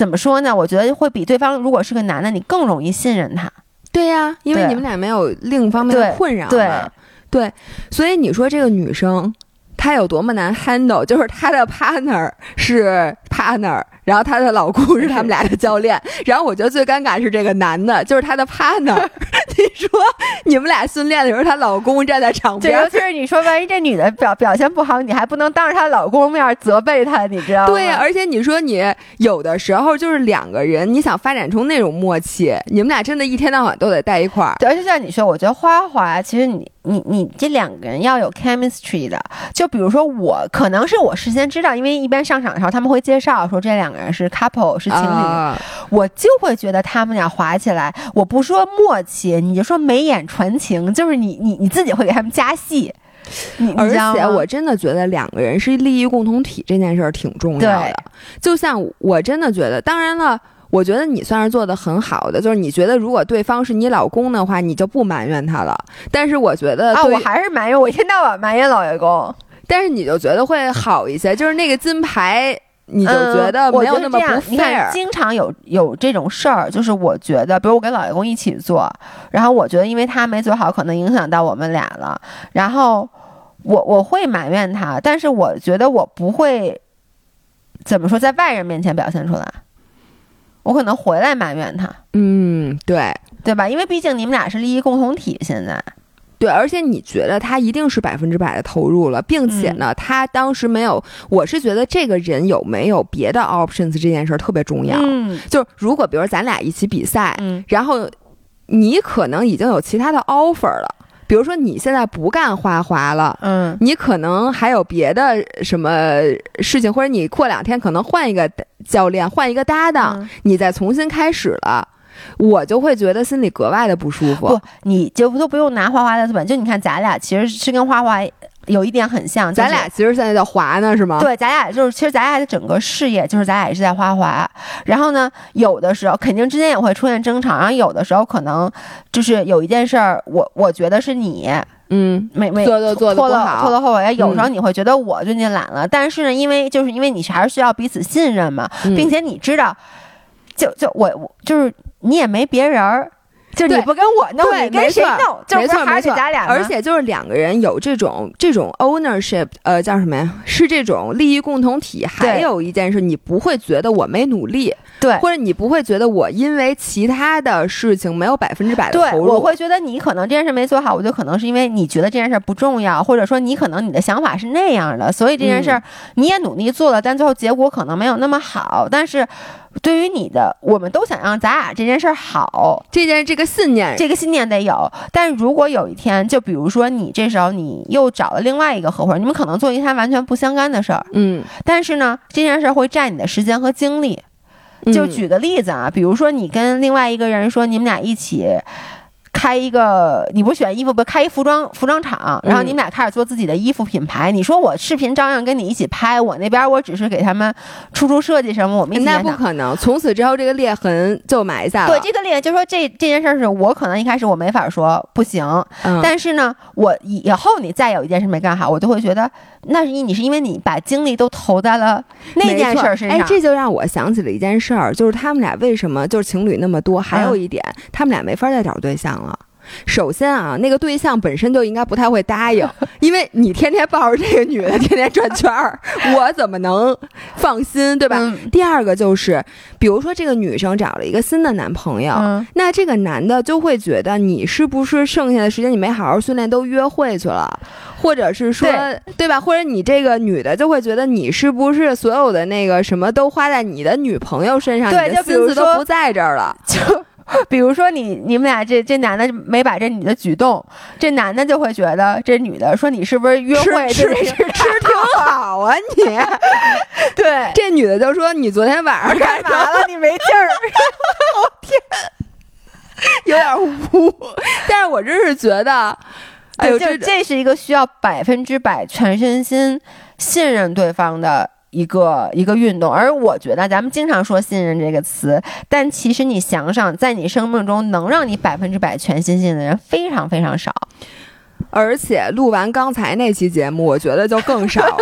怎么说呢？我觉得会比对方如果是个男的，你更容易信任他。 对呀、啊，因为你们俩没有另一方面的困扰嘛。 对对, 对，所以你说这个女生她有多么难 handle， 就是她的 partner 是 partner， 然后她的老公是他们俩的教练，然后我觉得最尴尬是这个男的，就是她的 partner。你说你们俩训练的时候，她老公站在场边， 尤其是你说万一这女的表表现不好，你还不能当着她老公面责备她，你知道吗？ 对呀、啊，而且你说你有的时候就是两个人，你想发展出那种默契，你们俩真的一天到晚都得在一块儿。 对，而且像你说，我觉得花花其实你你你这两个人要有 chemistry 的，就比如说我可能是我事先知道，因为一般上场的时候他们会介绍说这两个人是 couple 是情侣、啊，我就会觉得他们俩滑起来，我不说默契，你就说眉眼传情，就是你你你自己会给他们加戏。 而且我真的觉得两个人是利益共同体这件事儿挺重要的。就像我真的觉得，当然了。我觉得你算是做得很好的，就是你觉得如果对方是你老公的话，你就不埋怨他了。但是我觉得啊，我还是埋怨，我一天到晚埋怨老爷公。 但是你就觉得会好一些，就是那个金牌，你就觉得没有那么不 fair。 嗯、你看，经常有有这种事儿，就是我觉得，比如我跟老爷公一起做，然后我觉得因为他没做好，可能影响到我们俩了，然后我我会埋怨他，但是我觉得我不会怎么说，在外人面前表现出来。我可能回来埋怨他， 嗯，对， 对吧？因为毕竟你们俩是利益共同体，现在， 对，而且你觉得他一定是百分之百的投入了，并且呢，嗯、他当时没有，我是觉得这个人有没有别的 options 这件事特别重要。 嗯， 就如果比如咱俩一起比赛， 嗯， 然后你可能已经有其他的 offer 了。比如说你现在不干花滑了， 嗯， 你可能还有别的什么事情，或者你过两天可能换一个教练，换一个搭档，嗯、你再重新开始了，我就会觉得心里格外的不舒服。 不，你就都不用拿花滑的资本，就你看咱俩其实是跟花滑有一点很像，就是、 咱俩其实现在叫滑呢，是吗？ 对，咱俩就是其实咱俩的整个事业就是咱俩也是在花滑，然后呢，有的时候肯定之间也会出现争吵，然后有的时候可能就是有一件事儿，我我觉得是你。 嗯， 没没做的做的不好， 拖到后尾。有时候你会觉得我最近懒了，嗯、但是呢，因为就是因为你还是需要彼此信任嘛，嗯、并且你知道，就就我我就是你也没别人儿。就是你不跟我弄，你跟谁弄？就是不是还是咱俩？ 而且就是两个人有这种这种 ownership， 呃，叫什么呀？是这种利益共同体。还有一件事，你不会觉得我没努力， 对， 或者你不会觉得我因为其他的事情没有百分之百的投入。 对，我会觉得你可能这件事没做好，我就可能是因为你觉得这件事不重要，或者说你可能你的想法是那样的，所以这件事你也努力做了，但最后结果可能没有那么好。但是对于你的，我们都想让咱俩这件事好， 这件这个信念， 这个信念得有。但如果有一天，就比如说你这时候你又找了另外一个合伙人，你们可能做一摊完全不相干的事儿， 嗯， 但是呢，这件事会占你的时间和精力。就举个例子啊，嗯、比如说你跟另外一个人说，你们俩一起开一个，你不选衣服不开一服装服装厂，然后你们俩开始做自己的衣服品牌。嗯、你说我视频照样跟你一起拍，我那边我只是给他们出出设计什么，我们一起那不可能。从此之后，这个裂痕就埋下了。 对，这个裂就说这这件事是我可能一开始我没法说不行， 嗯、 但是呢，我以后你再有一件事没干好，我就会觉得那是你是因为你把精力都投在了那件事身上。 哎，这就让我想起了一件事儿，就是他们俩为什么就是情侣那么多，还有一点，嗯、他们俩没法再找对象了。首先啊，那个对象本身就应该不太会答应，因为你天天抱着这个女的天天转圈儿，我怎么能放心，对吧？嗯、第二个就是，比如说这个女生找了一个新的男朋友，嗯、那这个男的就会觉得你是不是剩下的时间你没好好训练都约会去了，或者是说 对, 对吧？或者你这个女的就会觉得你是不是所有的那个什么都花在你的女朋友身上， 对， 你的心思都不在这儿了， 就。比如说你你们俩这这男的没把这女的举动，这男的就会觉得这女的说你是不是约会吃吃吃挺好啊你对， 这女的就说你昨天晚上干嘛了？你没劲儿。 我天，有点污。但是我真是觉得，哎呦， 这这是一个需要百分之百全身心信任对方的。一个一个运动，而我觉得咱们经常说信任这个词，但其实你想想，在你生命中能让你百分之百全心信的人非常非常少。 而且录完刚才那期节目，我觉得就更少了。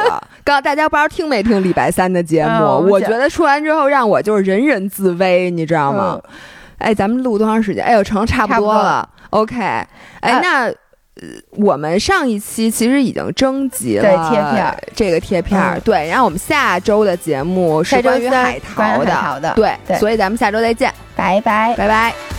刚大家不知道听没听礼拜三的节目？ 嗯、 我觉得说完之后让我就是人人自危，你知道吗？嗯、哎，咱们录多长时间？哎呦，成差不多了。OK， 哎，啊、那。我们上一期其实已经征集了对贴片这个贴片、嗯、对，然后我们下周的节目是关于海淘的， 海淘的对， 对， 所以咱们下周再见， 拜拜， 拜拜。